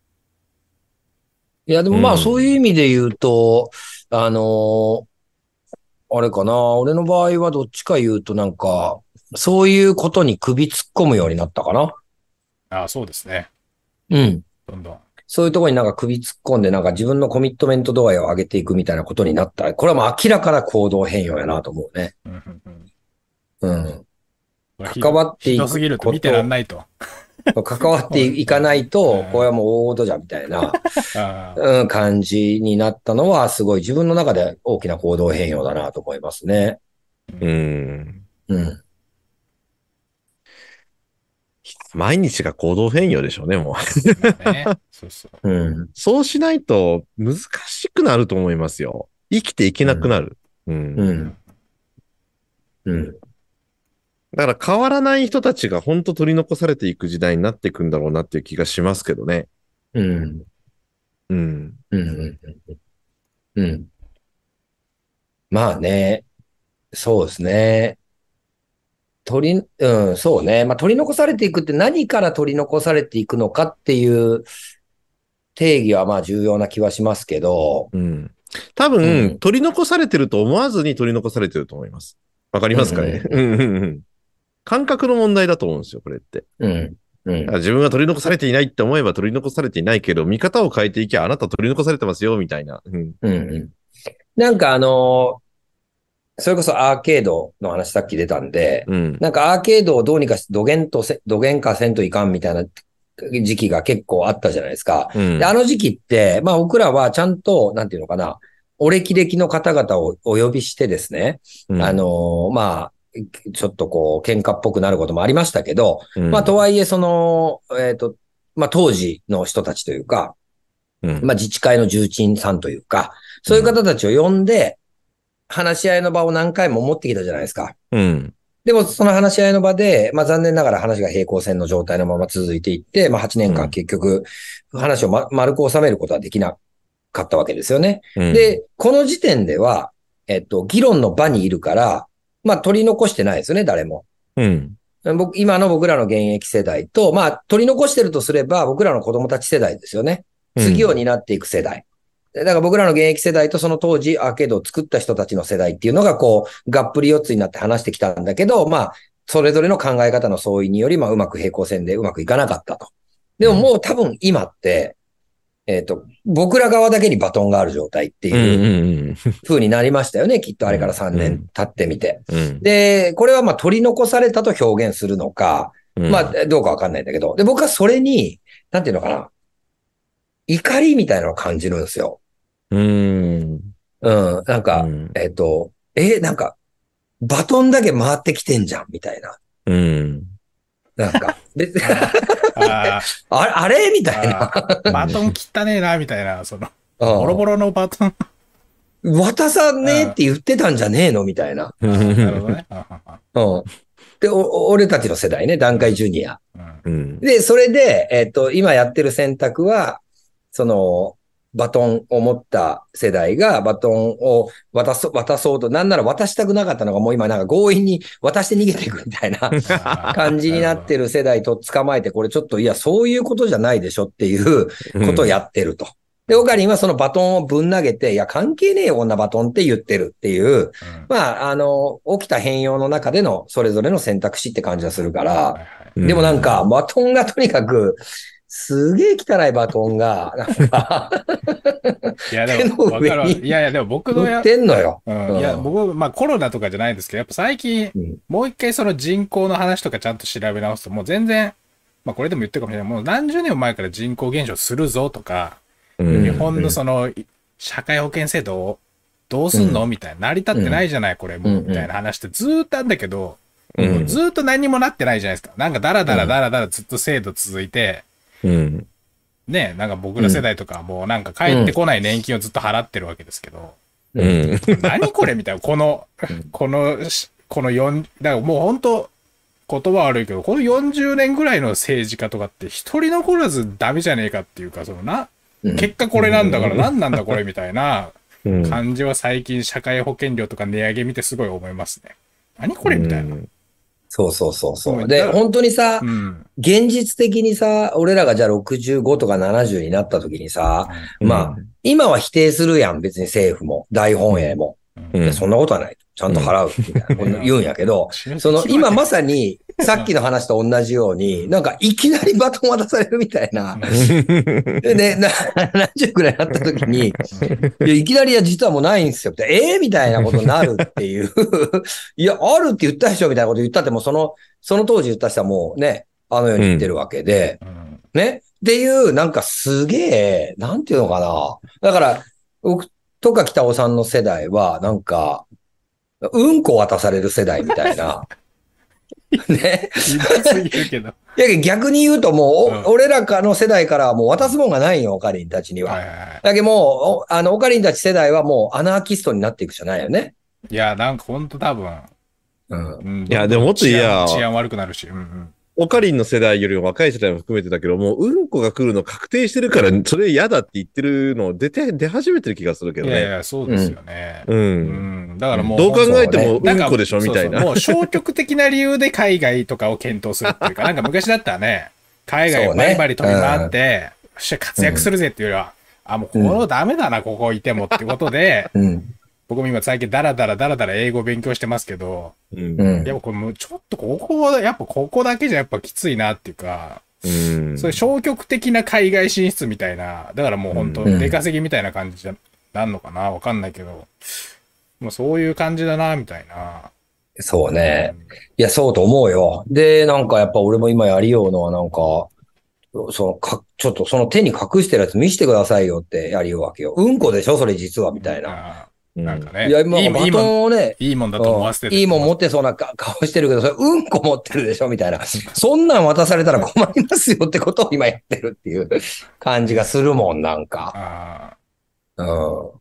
いや、でもまあ、そういう意味で言うと、あのーあれかな。俺の場合はどっちか言うとなんか、そういうことに首突っ込むようになったかな。 ああ、そうですね。 うん。 どんどん。 そういうところになんか首突っ込んで、なんか自分のコミットメント度合いを上げていくみたいなことになったら、これはもう明らかな行動変容やなと思うね。 うんうんうん。 うん。 これひど関わってひいくどすぎると見てらんこと、 ないと。 関わっていかないと、これはもう大事じゃみたいな、 ああ、 うん、感じになったのは、すごい自分の中で大きな行動変容だなと思いますね。 うん。 うん。 毎日が行動変容でしょうね、もう。 まあね。そうそう。 うん。 そうしないと難しくなると思いますよ。生きていけなくなる。うん。 うん。うん。 だから変わらない人たちが本当取り残されていく時代になっていくんだろうなっていう気がしますけどね。 うん。 うん。 うん。うん。まあね。そうですね。取り、うん、そうね。まあ取り残されていくって何から取り残されていくのかっていう定義はまあ重要な気はしますけど、 うん。多分、 うん取り残されてると思わずに取り残されてると思います。わかりますかね。 うんうんうんうん。感覚の問題だと思うんですよ、これって。 うん。うんだから自分が取り残されていないって思えば取り残されていないけど、見方を変えていきゃあなた取り残されてますよ、みたいな。うん。 うんうんなんかあのーそれこそアーケードの話さっき出たんで、 うん。 なんかアーケードをどうにかし、どげんとせ、どげんかせんといかんみたいな時期が結構あったじゃないですか。 うんで、あの時期って、まあ僕らはちゃんと、なんていうのかな、お歴々の方々をお呼びしてですね、 うんあのーまあ、ちょっとこう、喧嘩っぽくなることもありましたけど、 うんまあとはいえその、えっと、まあ当時の人たちというか、 うんまあ自治会の重鎮さんというか、そういう方たちを呼んで、話し合いの場を何回も持ってきたじゃないですか。 うん。 でもその話し合いの場で、まあ残念ながら話が平行線の状態のまま続いていって、まあはちねんかん結局話を、ま、丸く収めることはできなかったわけですよね。 うん、 で、この時点では、えっと、議論の場にいるから、まあ取り残してないですよね、誰も。 うん。 僕、今の僕らの現役世代と、まあ取り残してるとすれば僕らの子供たち世代ですよね。次を担っていく世代。だから僕らの現役世代とその当時アーケードを作った人たちの世代っていうのがこう、がっぷり四つになって話してきたんだけど、まあ、それぞれの考え方の相違により、まあ、うまく平行線でうまくいかなかったと。でももう多分今って、えっと、僕ら側だけにバトンがある状態っていう風になりましたよね。きっとあれからさんねん経ってみて。で、これはまあ取り残されたと表現するのか、まあ、どうかわかんないんだけど、で、僕はそれに、なんていうのかな。怒りみたいなのを感じるんですよ。 うん。 うん。なんか、うん、えっと、え、なんか、バトンだけ回ってきてんじゃん、みたいな。 うん。 なんか、別にああ、あれみたいな。 バトン切ったねえな、みたいな、その、ボロボロのバトン。 渡さねえって言ってたんじゃねえのみたいな。 なるほどね。 うん。で、お、俺たちの世代ね、団塊ジュニア。 うん、 で、それで、えっと、今やってる選択は、その、バトンを持った世代がバトンを渡そ、渡そうと、なんなら渡したくなかったのがもう今なんか強引に渡して逃げていくみたいな感じになってる世代と捕まえて、これちょっといや、そういうことじゃないでしょっていうことをやってると。で、オカリンはそのバトンをぶん投げて、いや、関係ねえよ、こんなバトンって言ってるっていう、うん、まあ、あの、起きた変容の中でのそれぞれの選択肢って感じがするから、でもなんか、バトンがとにかく、すげえ汚いバトンが、なんかいや、でも、わかる。いやいや、でも僕のや、ってんのよ。 うん。いや、僕、まあコロナとかじゃないんですけど、やっぱ最近、うん、もう一回その人口の話とかちゃんと調べ直すと、もう全然、まあこれでも言ってるかもしれない。もう何十年も前から人口減少するぞとか、うん、日本のその、社会保険制度をどうすんの、うん、みたいな。成り立ってないじゃない、これもう、みたいな話ってずーっとあるんだけど、うん、ずーっと何もなってないじゃないですか。なんかダラダラダラダラずっと制度続いて、 うん、 ね、なんか僕ら世代とかもうなんか帰ってこない年金をずっと払ってるわけですけど、 うん、 何これみたいな、この、この、このよん、だからもう本当言葉悪いけど、このよんじゅうねんぐらいの政治家とかって一人残らずダメじゃねえかっていうか、そのな、結果これなんだから何なんだこれみたいな感じは最近社会保険料とか値上げ見てすごい思いますね。何これみたいな。 そうそうそうそう。で、本当にさ、うん、現実的にさ、俺らがじゃあろくじゅうごとかななじゅうになった時にさ、うん、まあ、今は否定するやん、別に政府も、大本営も。うん、いや、そんなことはない。ちゃんと払う、みたいなこと言うんやけど、その、今まさに、さっきの話と同じように、なんかいきなりバトン渡されるみたいな。でね、ななじゅうくらいになった時に、いや、いきなり、いや、実はもうないんですよ。えー、みたいなことになるっていう。いや、あるって言ったでしょみたいなこと言ったっても、その、その当時言った人はもうね、あのように言ってるわけで、うん、ね。っていう、なんかすげえ、なんていうのかな。だから、僕とか北尾さんの世代は、なんか、うんこ渡される世代みたいな。ね。 ひどすぎるけど。 いや、逆に言うともう、うん、俺らかの世代からはもう渡すもんがないよ、オカリンたちには。はいはいはい、だけどもう、あの、オカリンたち世代はもうアナーキストになっていくじゃないよね。 いや、なんかほんと多分。 うん。 うん、 いや、でももっといや、 治安悪くなるし。うんうん。 オカリンの世代よりも若い世代も含めてだけど、もううんこが来るの確定してるから、それ嫌だって言ってるの出て、出始めてる気がするけどね。 いやいや、そうですよね。 うん。 うん。だからもう。 どう考えてもうんこでしょみたいな。 もう消極的な理由で海外とかを検討するっていうか、なんか昔だったらね、海外をバリバリ飛び回って、よっしゃ活躍するぜっていうよりは、あ、もうこのダメだな、ここいてもってことで、僕も今最近ダラダラダラダラ英語勉強してますけど、うん、やっぱこれちょっとここ、やっぱここだけじゃやっぱきついなっていうか、うん、そういう消極的な海外進出みたいな、だからもう本当出稼ぎみたいな感じじゃなんのかなわかんないけど、もうそういう感じだなみたいな。 そうね。うん、いや、そうと思うよ。で、なんかやっぱ俺も今やりようのはなんか、そのか、ちょっとその手に隠してるやつ見せてくださいよってやりようわけよ。うんこでしょそれ実はみたいな。 なんかね。 いや、今、バトンをね、 いいもんだと思わせてる。 いいもん持ってそうな顔してるけど、それ、うんこ持ってるでしょみたいな。そんなん渡されたら困りますよってことを今やってるっていう感じがするもん、なんか。うん。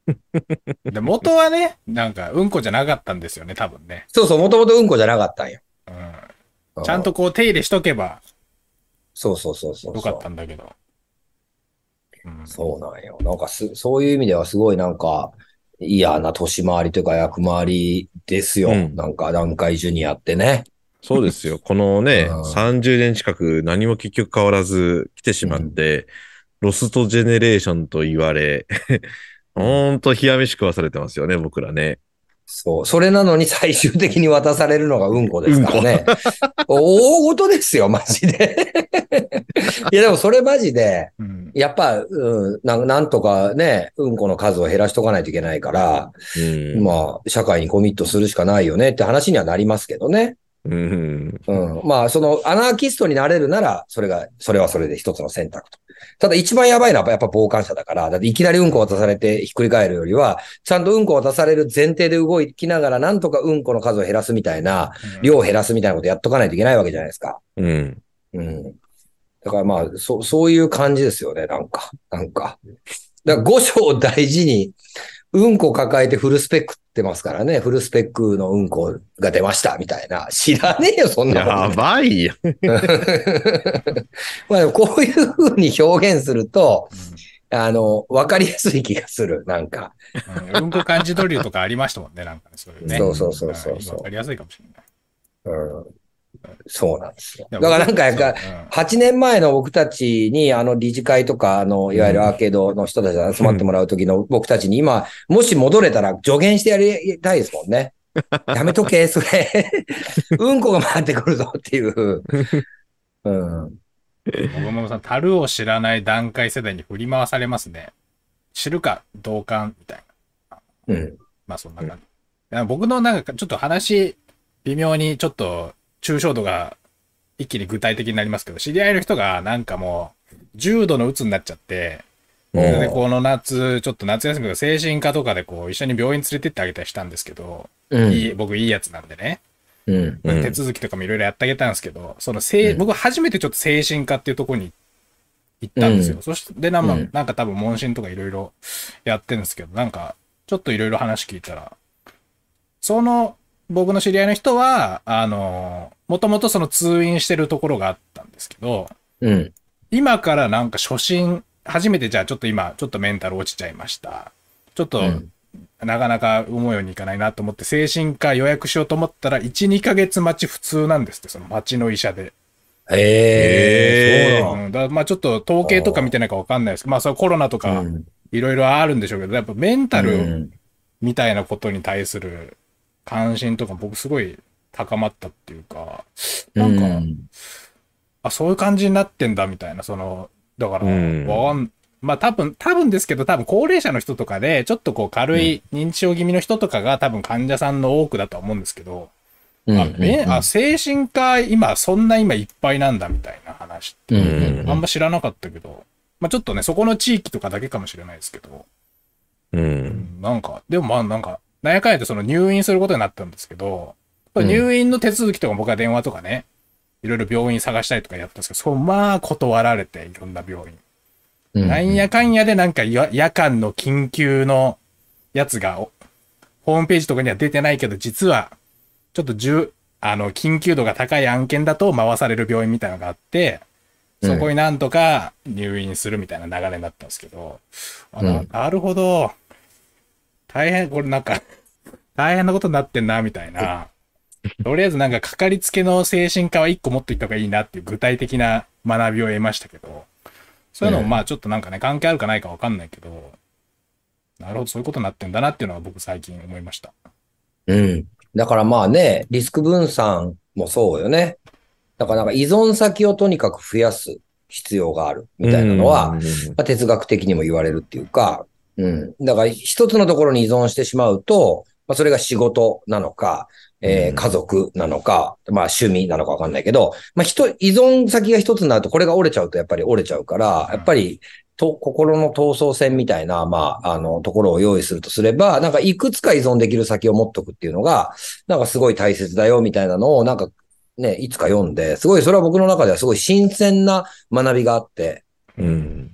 で、元はね、なんか、うんこじゃなかったんですよね、多分ね。 そうそう、もともとうんこじゃなかったんよ。 うん。ちゃんとこう、手入れしとけば、 そうそうそうそう。 よかったんだけど。 うん、そうなんよ。なんかす、そういう意味ではすごいなんか、嫌な年回りというか役回りですよ。うん、なんか、南海ジュニアってね。 そうですよ。このね、うん、さんじゅうねん近く何も結局変わらず来てしまって、うん、ロストジェネレーションと言われ、ほんと冷や飯食わされてますよね、僕らね。 そう。それなのに最終的に渡されるのがうんこですからね。うん、大事ですよ、マジで。いや、でもそれマジで、うん、やっぱ、うんな、なんとかね、うんこの数を減らしとかないといけないから、うん、まあ、社会にコミットするしかないよねって話にはなりますけどね。うん、うん、まあ、そのアナーキストになれるなら、それが、それはそれで一つの選択と。ただ一番やばいのはやっぱ傍観者だから、だっていきなりうんこ渡されてひっくり返るよりは、ちゃんとうんこ渡される前提で動きながら、なんとかうんこの数を減らすみたいな、量を減らすみたいなことやっとかないといけないわけじゃないですか。うん。うん。だからまあ、そ、そういう感じですよね、なんか。なんか。だから五章を大事に、うんこ抱えてフルスペックってますからね。フルスペックのうんこが出ました、みたいな。知らねえよ、そんなこと。 やばいよ。 まあでもこういう風に表現すると、うん、あの、わかりやすい気がする、なんか。 うん、うんこ漢字ドリルとかありましたもんね、なんかね、そういうね。 そうそうそうそうそう。 わかりやすいかもしれない。 うん。そうなんですよ。だからなんか、やっぱ、はちねんまえの僕たちに、あの、理事会とか、あの、いわゆるアーケードの人たちが集まってもらう時の僕たちに今、もし戻れたら助言してやりたいですもんね。やめとけ、それ。うんこが回ってくるぞっていう。うん。 僕もさ、樽を知らない段階世代に振り回されますね。知るか、同感みたいな。うん。まあそんな感じ。うん、僕のなんかちょっと話、微妙にちょっと抽象度が一気に具体的になりますけど、知り合いの人がなんかもう重度の鬱になっちゃって、で、この夏、ちょっと夏休みが精神科とかでこう一緒に病院連れてってあげたりしたんですけど、うん、いい僕いいやつなんでね。うん、手続きとかもいろいろやってあげたんですけど、そのせ、うん、僕初めてちょっと精神科っていうところに行ったんですよ。うん、そして、で、なんか、うん、なんか多分問診とかいろいろやってるんですけど、なんか、ちょっといろいろ話聞いたら、その、僕の知り合いの人は、あの、もともとその通院してるところがあったんですけど、うん、今からなんか初診、初めてじゃあちょっと今、ちょっとメンタル落ちちゃいました。ちょっと、うんなかなか思うようにいかないなと思って精神科予約しようと思ったらいち、にかげつ待ち普通なんですって、その町の医者で。 へえー、そうなんだ。まあちょっと統計とか見てないかわかんないですけど、まあそれコロナとかいろいろあるんでしょうけど、やっぱメンタルみたいなことに対する関心とか僕すごい高まったっていうか、なんか、あ、そういう感じになってんだみたいな、その、だから、わかんまあ多分、多分ですけど、多分高齢者の人とかで、ちょっとこう軽い認知症気味の人とかが多分患者さんの多くだとは思うんですけど、うんあめあ精神科今そんな今いっぱいなんだみたいな話って、うんあんま知らなかったけど、まあちょっとね、そこの地域とかだけかもしれないですけど、うん、なんか、でもまあなんか、なんやかんやってその入院することになったんですけど、入院の手続きとか僕は電話とかね、いろいろ病院探したりとかやったんですけど、そうまあ断られて、いろんな病院。なんやかんやでなんか夜間の緊急のやつがホームページとかには出てないけど実はちょっと重あの緊急度が高い案件だと回される病院みたいなのがあってそこになんとか入院するみたいな流れになったんですけど、あの、うん、なるほど大変これなんか大変なことになってんなみたいなとりあえずなんかかかりつけの精神科はいっこ持っていった方がいいなっていう具体的な学びを得ましたけどそういうのもまあちょっとなんかね、関係あるかないかわかんないけど、なるほど、そういうことになってんだなっていうのは僕最近思いました。 うん。だからまあね、リスク分散もそうよね。だからなんか依存先をとにかく増やす必要があるみたいなのは、まあ、哲学的にも言われるっていうか、うん。だから一つのところに依存してしまうと、まあそれが仕事なのか、えー、家族なのか、まあ趣味なのかわかんないけど、まあ人、依存先が一つになるとこれが折れちゃうとやっぱり折れちゃうから、やっぱり、と、心の闘争戦みたいな、まあ、あの、ところを用意するとすれば、なんかいくつか依存できる先を持っとくっていうのが、なんかすごい大切だよみたいなのを、なんかね、いつか読んで、すごいそれは僕の中ではすごい新鮮な学びがあって、うん。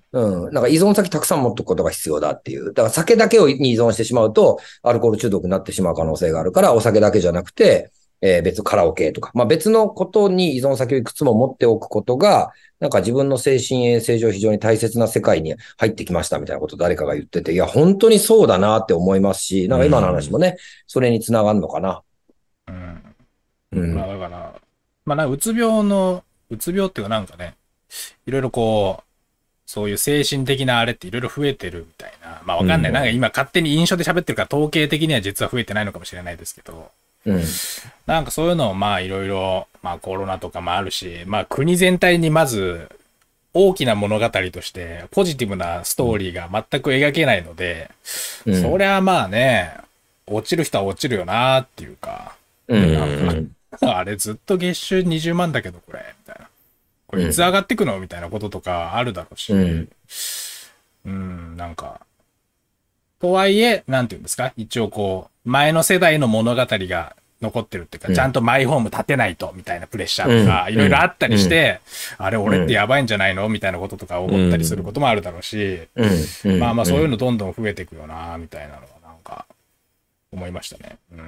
うん。なんか依存先たくさん持っておくことが必要だっていう。だから酒だけをに依存してしまうと、アルコール中毒になってしまう可能性があるから、お酒だけじゃなくて、えー別カラオケとか、まあ別のことに依存先をいくつも持っておくことが、なんか自分の精神衛生上非常に大切な世界に入ってきましたみたいなことを誰かが言ってて、いや、本当にそうだなって思いますし、なんか今の話もね、それにつながるのかな。 うん。 うん。 まあだから、まあなんかうつ病の、うつ病っていうかなんかね、いろいろこう、そういう精神的なあれっていろいろ増えてるみたいな。まあわかんない。 うんなんか今勝手に印象で喋ってるから統計的には実は増えてないのかもしれないですけど、 うん。 なんかそういうのをまあいろいろ、まあコロナとかもあるし、まあ国全体にまず大きな物語としてポジティブなストーリーが全く描けないので、 うん、 そりゃまあね、落ちる人は落ちるよなっていうか、 うん。うんあれずっと月収にじゅうまんだけどこれ、みたいな。これいつ上がってくのみたいなこととかあるだろうし、 うん。 うん、なんか、とはいえ、なんていうんですか、一応こう、前の世代の物語が残ってるっていうか、 うんちゃんとマイホーム建てないと、みたいなプレッシャーとか、 うんいろいろあったりして、 うんあれ、俺ってやばいんじゃないのみたいなこととか思ったりすることもあるだろうし、 うん。 まあまあそういうの。 のどんどん増えていくよな、みたいなのはなんか、思いましたね。うん。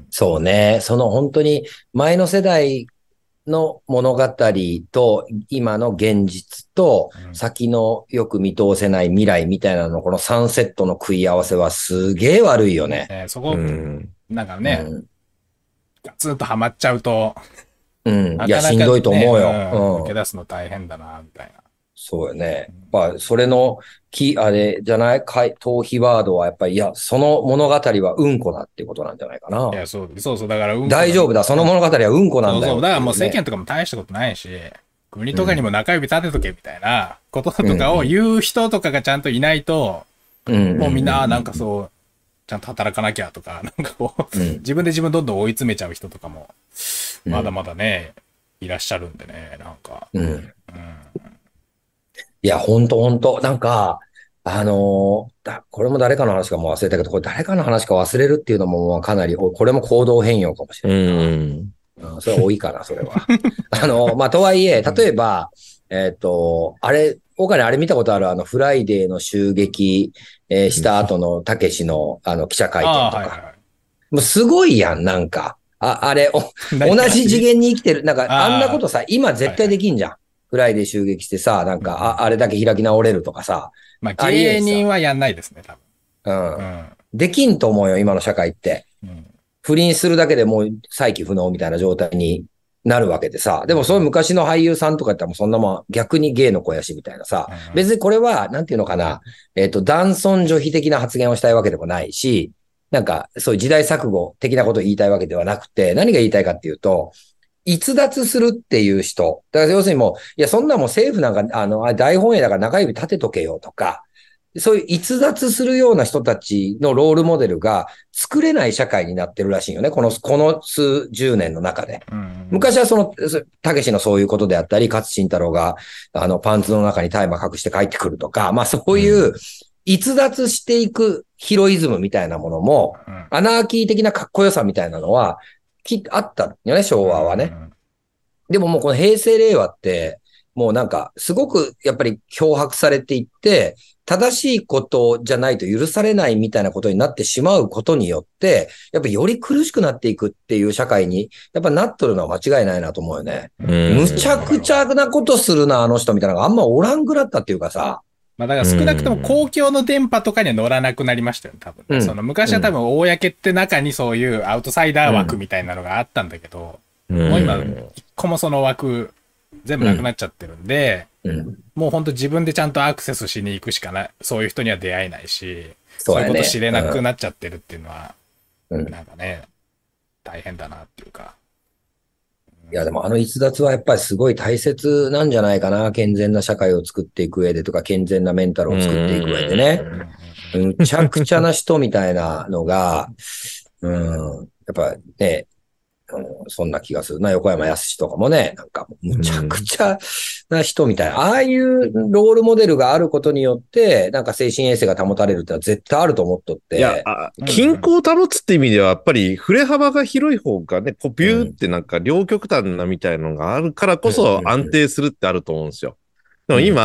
そうね。その本当に前の世代の物語と今の現実とうん先のよく見通せない未来みたいなの、このさんセットの食い合わせはすげえ悪いよね。 えーそこ、 うん。 なんかうね、 ん。 ガツンとハマっちゃうと、 うん。いや、 なかなか、ね、 しんどいと思うよ。 うんうん抜け出すの大変だな、みたいな。 そうよね。まあ、それの、き、あれじゃないかい、逃避ワードはやっぱり、いや、その物語はうんこだっていうことなんじゃないかな。 いや、そう、そうそう、だから、うんこ大丈夫だ、その物語はうんこなんだよ、 そうそう、だからもう世ってい間とかも大したことないし、国とかにも中指立てとけみたいなこととかを言う人とかがちゃんといないと、 うんもうみんな、あなんかそう、ちゃんと働かなきゃとか、なんかこう、 うん自分で自分どんどん追い詰めちゃう人とかも、 うんまだまだね、いらっしゃるんでね、なんか。 うん。 うんいや、ほんとほんと。なんか、あのーだ、これも誰かの話かも忘れたけど、これ誰かの話か忘れるっていうのももうかなり、おこれも行動変容かもしうれないな。 ん。 うん、それは多いかな、それは。あの、まあ、とはいえ、例えば、えっと、あれ、岡ね、あれ見たことある、あの、フライデーの襲撃、えーした後のたけしの、あの、記者会見ああ、 とか。 はいはいはい。 もうすごいやん、なんか。あ、あれ、お何同じ次元に生きてる。なんか、 あーあんなことさ、今絶対できんじゃん。フライデー襲撃してさ、なんか、あ、あれだけ開き直れるとかさ。 まあ、 ありえんさ芸人はやんないですね、多うん。 分。 できんと思うよ、今の社会って。 うん。うん。 不倫するだけでもう再起不能みたいな状態になるわけでさ。でもそういう昔の俳優さんとかやったらもうそんなもん逆に芸の肥やしみたいなさ。 うん別にこれは、なんていうのかな。えっと、男尊女卑的な発言をしたいわけでもないし、なんかそういう時代錯誤的なことを言いたいわけではなくて、何が言いたいかっていうと、逸脱するっていう人。だから要するにもう、いや、そんなもん政府なんか、あの、あ大本営だから中指立てとけよとか、そういう逸脱するような人たちのロールモデルが作れない社会になってるらしいよね。この、この数十年の中で。 うん。 昔はその、たけしのそういうことであったり、勝慎太郎が、あの、パンツの中に大麻隠して帰ってくるとか、まあそういう、逸脱していくヒロイズムみたいなものも、 うんアナーキー的なかっこよさみたいなのは、き、あったよね、昭和はね。でももうこの平成令和って、もうなんか、すごくやっぱり脅迫されていって、正しいことじゃないと許されないみたいなことになってしまうことによって、やっぱより苦しくなっていくっていう社会に、やっぱなっとるのは間違いないなと思うよね。 うんむちゃくちゃなことするな、あの人みたいなのがあんまおらんくなったっていうかさ。 まあだから少なくとも公共の電波とかには乗らなくなりましたよね、多分、 うんその昔は多分公って中にそういうアウトサイダー枠みたいなのがあったんだけど、 うんもう今、一個もその枠全部なくなっちゃってるんで、 うん。 もうほんと自分でちゃんとアクセスしに行くしかない、そういう人には出会えないし、 そうやねそういうこと知れなくなっちゃってるっていうのは、 うん。 なんかね、大変だなっていうか。 いや、でもあの逸脱はやっぱりすごい大切なんじゃないかな。健全な社会を作っていく上でとか、健全なメンタルを作っていく上でね。むちゃくちゃな人みたいなのが、うん、やっぱね、うんそんな気がするな。横山やすしとかもね、なんかむちゃくちゃな人みたいな。ああいうロールモデルがあることによって、なんか精神衛生が保たれるってのは絶対あると思っとって。 いや、あ均衡を保つって意味では、やっぱり振れ幅が広い方がね、こうビューってなんか両極端なみたいなのがあるからこそ安定するってあると思うんですよ。でも今、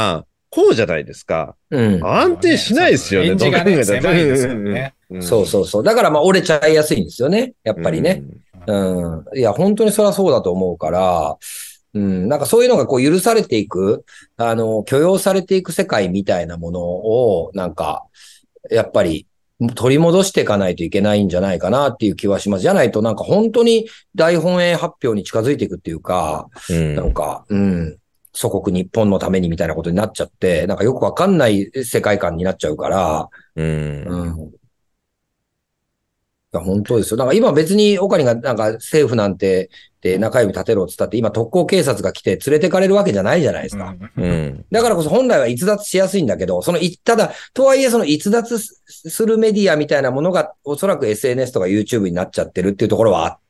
こうじゃないですか。 うん。 安定しないですよね。 レンジがね、 どう考えたら狭いですよね。 うんそうそうそう。だからまあ折れちゃいやすいんですよね。やっぱりね。うん。いや、本当にそれはそうだと思うから、うん。なんかそういうのがこう許されていく、あの、許容されていく世界みたいなものを、なんか、やっぱり取り戻していかないといけないんじゃないかなっていう気はします。じゃないとなんか本当に大本営発表に近づいていくっていうか、 うんなんか、うん。祖国日本のためにみたいなことになっちゃって、なんかよくわかんない世界観になっちゃうから、 うんうん。いや、本当ですよ。なんか今別にオカリンがなんか政府なんてで中指立てろって言ったって今特攻警察が来て連れてかれるわけじゃないじゃないですか。 うんうんだからこそ本来は逸脱しやすいんだけど、そのい、ただ、とはいえその逸脱するメディアみたいなものがおそらく エスエヌエス とか YouTube になっちゃってるっていうところはあって、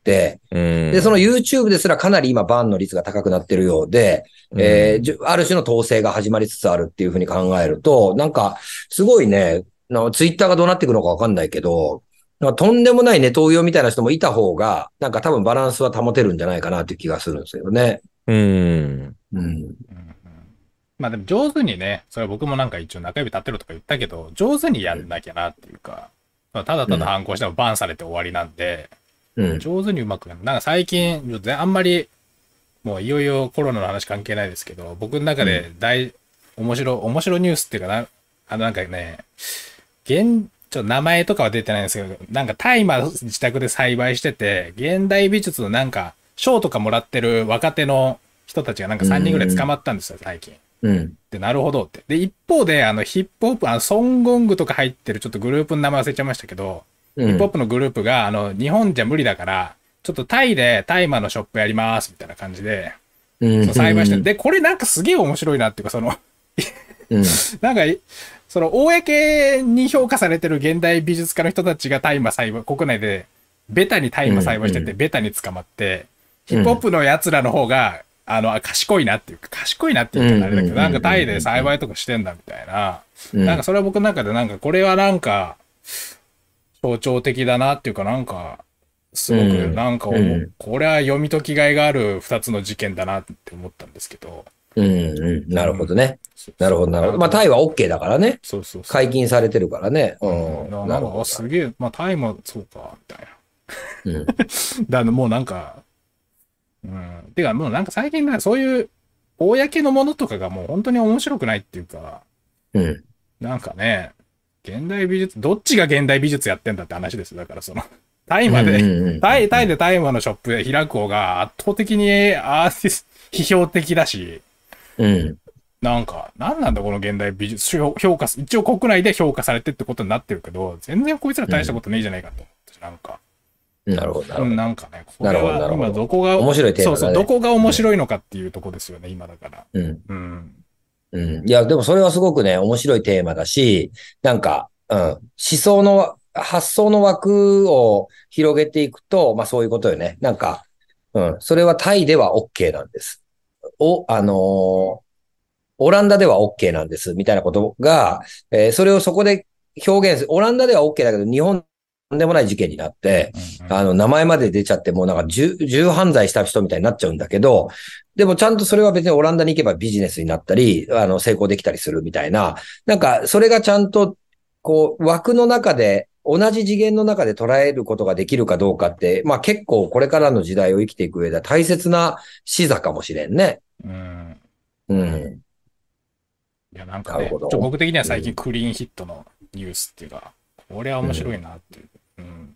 うんで、その YouTube ですらかなり今バンの率が高くなってるようで、えーじゅある種の統制が始まりつつあるっていうふうに考えると、なんか、すごいね、なツイッターがどうなっていくのかわかんないけど、なんかとんでもないネトウヨみたいな人もいた方が、なんか多分バランスは保てるんじゃないかなっていう気がするんですよね。 うんうん。 うんまあでも上手にね、それは僕もなんか一応中指立てろとか言ったけど、上手にやんなきゃなっていうか、まあただただ反抗してもバンされて終わりなんで、 うん。 上手にうまくやる。なんか最近、あんまり、もういよいよコロナの話関係ないですけど、僕の中で大、面白、面白ニュースっていうかな、あのなんかね、現、ちょっと名前とかは出てないんですけど、なんか大麻自宅で栽培してて、現代美術のなんか賞とかもらってる若手の人たちがなんかさんにんぐらい捕まったんですよ、最近。 うん。 で、なるほどって。で、一方で、あの、ヒップホップ、あの、ソンゴングとか入ってるちょっとグループの名前忘れちゃいましたけど、 うん。 ヒップホップのグループが、あの、日本じゃ無理だから、ちょっとタイで大麻のショップやりますみたいな感じで、 うん。 そう栽培してる。で、これなんかすげえ面白いなっていうか、その、 うん。 なんか、その、公に評価されてる現代美術家の人たちが大麻栽培、国内で、ベタに大麻栽培してて、 うんベタに捕まって、ヒップホップの奴らの方が、あの、賢いなっていうか、賢いなっていうかあれだけど、 うんなんかタイで栽培とかしてんだみたいな。 うん。 なんかそれは僕の中でなんか、これはなんか、象徴的だなっていうか、なんか、すごく、 うんなんか思う、 うんこれは読み解きがいがある二つの事件だなって思ったんですけど。 うん。うん。なるほどね。 そうなるほど、なるほど。まあ、タイは OK だからね。 そうそうそう。 解禁されてるからね。ううんん。 ななんか、 なるほあすげえ、まあ、タイもそうか、みたいな。 ど。うん。 だもうなんか、うん。てか、もうなんか最近な、そういう、公のものとかがもう本当に面白くないっていうか、 うん。 なんかね、現代美術、どっちが現代美術やってんだって話ですよ。だからその、タイまで、 うんうんうんタイ、タイでタイマーのショップで開く方が圧倒的にアーティスト、批評的だし、 うん。 なんか、なんなんだこの現代美術、評評価す、一応国内で評価されてってことになってるけど、全然こいつら大したことねえじゃないかと思ったし、なんか。 なるほど、なるうん、 ほど。 なんかね、これなるほどなは今るほどどこが、 面白いテーマだねそうそう、どこが面白いのかっていうとこですよね、今だから。 うん。 うん。 うん。いや、でもそれはすごくね、面白いテーマだし、なんか、うん。思想の、発想の枠を広げていくと、まあそういうことよね。なんか、うん。それはタイでは OK なんです。お、あのーオランダでは OK なんです、みたいなことが、えーそれをそこで表現する。オランダでは OK だけど、日本とんでもない事件になって、 うんあの、名前まで出ちゃって、もうなんか重、重犯罪した人みたいになっちゃうんだけど、でもちゃんとそれは別にオランダに行けばビジネスになったり、あの、成功できたりするみたいな、なんか、それがちゃんと、こう、枠の中で、同じ次元の中で捉えることができるかどうかって、まあ結構これからの時代を生きていく上では大切な視座かもしれんね。 うん。 うん。 いや、なんかね、 なるほどちょ僕的には最近クリーンヒットのニュースっていうか、これは面白いなっていう。うん。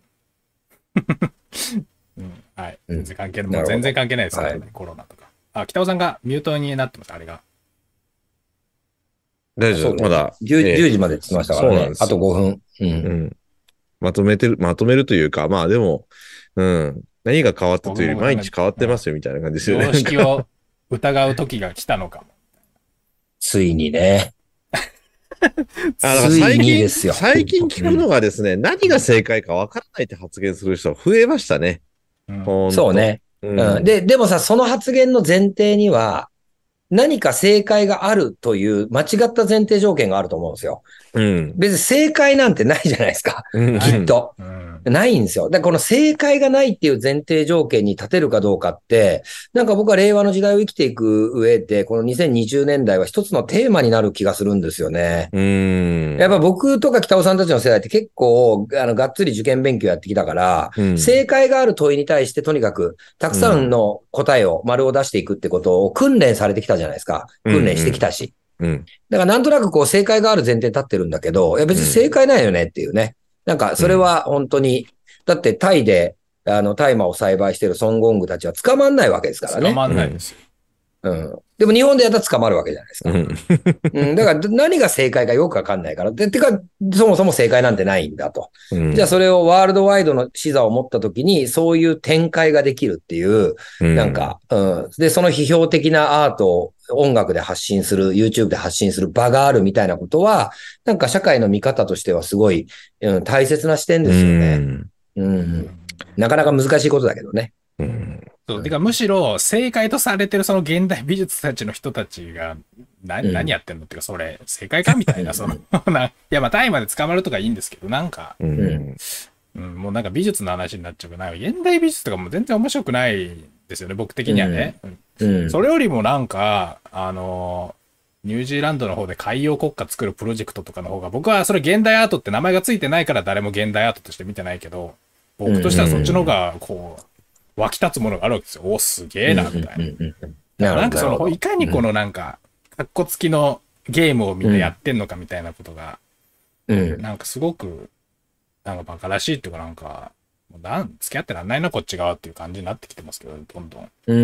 うん、はい。 うん全然関係ない。 なるほどもう全然関係ないですからね、 はいコロナとか。あ、北尾さんがミュートになってます、あれが。 大丈夫、 そうねまだ。 じゅう, ええじゅうじまでって言ってましたからねそうなんで。すよあとごふん。う。 うんん。まとめてる、まとめるというか、まあでも、うん。何が変わったというより、毎日変わってますよみたいな感じですよね。 常識を疑う時が来たのかも。 ついにね。 あ、だからついに最近、 ですよ最近聞くのがですね、何が正解かわからないって発言する人が増えましたね。 うんほんとそう。ね。 ううんん。で、でもさ、その発言の前提には、何か正解があるという間違った前提条件があると思うんですよ。 うん。 別に正解なんてないじゃないですか。 うん。 きっと。 うん。 ないんですよ。だからこの正解がないっていう前提条件に立てるかどうかって、なんか僕は令和の時代を生きていく上で、このにせんにじゅうねんだいは一つのテーマになる気がするんですよね。 うーん。 やっぱ僕とか北尾さんたちの世代って結構、あの、がっつり受験勉強やってきたから、 うん、 正解がある問いに対してとにかく、たくさんの答えを、丸を出していくってことを訓練されてきたじゃないですか。訓練してきたし。 うん。 だからなんとなくこう正解がある前提立ってるんだけど、いや別に正解ないよねっていうね。なんかそれは本当に、だってタイで、あの、大麻を栽培してるソンゴングたちは捕まんないわけですからね。 捕まんないですよ。 うん。でも日本でやったら捕まるわけじゃないですか。 うん。 うん。だから何が正解かよくわかんないから。で、てか、そもそも正解なんてないんだと。 うん、 じゃあそれをワールドワイドの視座を持ったときに、そういう展開ができるっていう、なんか、うん。で、その批評的なアートを音楽で発信する、YouTube で発信する場があるみたいなことは、なんか社会の見方としてはすごい、うん、大切な視点ですよね。うん。うん、なかなか難しいことだけどね。 うん。 そう。てか、むしろ、正解とされてるその現代美術たちの人たちが、何、何やってんのっていうか、それ、正解かみたいな、その、な、いや、まあ、タイまで捕まるとかいいんですけど、なんか、 うん。 うん、もうなんか美術の話になっちゃうから、現代美術とかも全然面白くないですよね、僕的にはね。 うん。 それよりもなんか、あの、ニュージーランドの方で海洋国家作るプロジェクトとかの方が、僕はそれ現代アートって名前がついてないから誰も現代アートとして見てないけど、僕としてはそっちの方が、こう、湧き立つものがあるわけですよ。お、すげえな、みたいな。なんかその、いかにこのなんか、かっこつきのゲームをみんなやってんのかみたいなことが、 うん、 なんかすごく、なんかバカらしいっていうかなんか、もうなん付き合ってらんないな、こっち側っていう感じになってきてますけど、どんどん。 うん、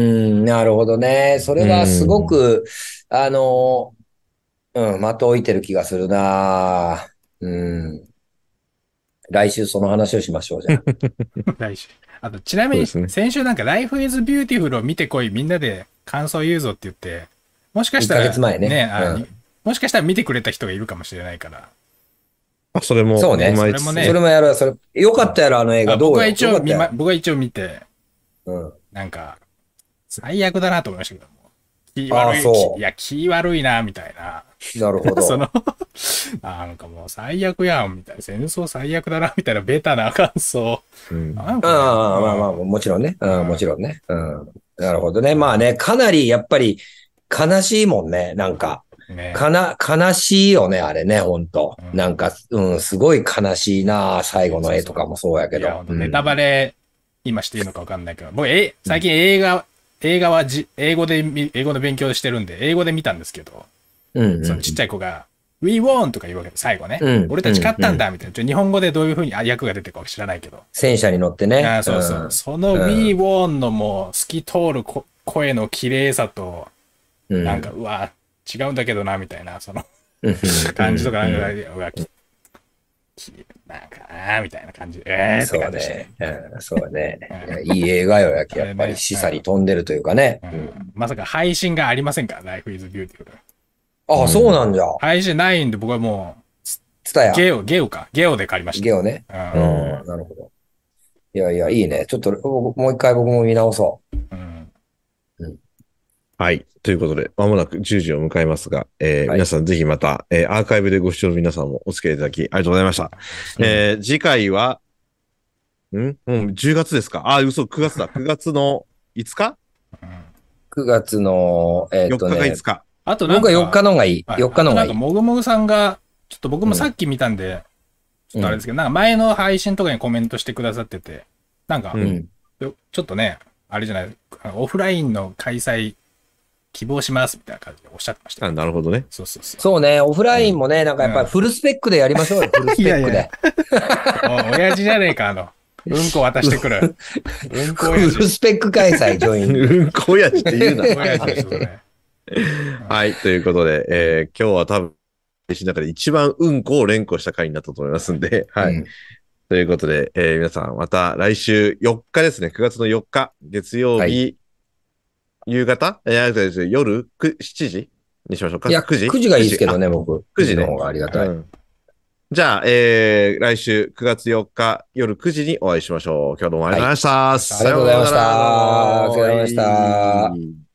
なるほどね。それはすごく、あの、うん、的を置いてる気がするな。うん。来週その話をしましょう、じゃあ。 来週。あと、ちなみに、先週なんか Life is Beautiful を見てこい、みんなで感想言うぞって言って、もしかしたら、 いっかげつまえね。 ね、あ、うん、もしかしたら見てくれた人がいるかもしれないから。 あ、それも、 そうね。 それもね。 それもやる。それ、よかったやろ、あの映画。どうよ。 僕は一応見ま、僕は一応見て、 うん。なんか、最悪だなと思いましたけども。気悪い。あいや、気悪いな、みたいな。 なるほど。 そのなんかもう最悪やん、みたいな。戦争最悪だな、みたいなベタな感想。 うん、ああ、まあまあ、もちろんね。うん、もちろんね。うん。なるほどね。まあね、かなりやっぱり悲しいもんね、なんか。ね、かな、悲しいよね、あれね、ほんと。うん、なんか、うん、すごい悲しいな、最後の絵とかもそうやけど。いや、 ネタバレ、今していいのかわかんないけど、僕、え、最近映画、映画はじ、英語で、英語の勉強してるんで、英語で見たんですけど、うんうんうん、そのちっちゃい子が、We won! とか言うわけで、最後ね。うん、俺たち勝ったんだ、みたいな。ちょ日本語でどういう風に役が出てるか知らないけど。 戦車に乗ってね。 あそうそう。うん、その We won! のもう、透き通る声の綺麗さと、うん、なんか、うわ、違うんだけどな、みたいな、その感じとか、なんか、うわ、き、き、なんかな、みたいな感じで、えーって感じで、 ね。うん、そうね。いい映画よ、やっぱり示唆に飛んでるというかね。 うんうん、まさか配信がありませんから、Life is Beautiful。 ああ、そうなんじゃ。 配信ないんで、僕はもう、 ツタヤ。 ゲオ、ゲオか。ゲオで借りました。 ゲオね。うん。なるほど。いやいや、いいね。ちょっと、もう一回僕も見直そう。うん。 うん、はい。ということで、まもなくじゅうじを迎えますが、えーはい、皆さんぜひまた、えー、アーカイブでご視聴の皆さんもお付き合いいただき、ありがとうございました。うん、えー、次回は、んうん、じゅうがつですか。あ、嘘、くがつだ。くがつのいつか ? く 月の、えー、っとね。 よっかかいつか。 あとなんか、 僕はよっかのがいい。よっかのがいい。 なんか、もぐもぐさんが、ちょっと僕もさっき見たんで、うん、ちょっとあれですけど、うん、なんか前の配信とかにコメントしてくださってて、なんか、うん、ちょっとね、あれじゃない、オフラインの開催希望しますみたいな感じでおっしゃってました。 あ、なるほどね。 そうそうそう。 そうね、オフラインもね、なんかやっぱりフルスペックでやりましょうよ、フルスペックで。 いやいや親父じゃねえか、あの。うんこ渡してくる。 うんこ親父。フルスペック開催、ジョイン。 うんこ親父って言うな。 親父ですよね。 はい、ということで、えー、今日は多分、配信の中で一番うんこを連呼した回になったと思いますんで、はい。うん、ということで、えー、皆さんまた来週よっかですね、くがつのよっか、月曜日、はい、夕方いや、夜しちじにしましょうか。 いや、くじ ?くじがいいですけどね、僕。 くじね。 の方がありがたい。うん、 じゃあ、えー、来週くがつよっか夜くじにお会いしましょう。今日どうもありがとうございました。 はい、ありがとうございました。ありがとうございました。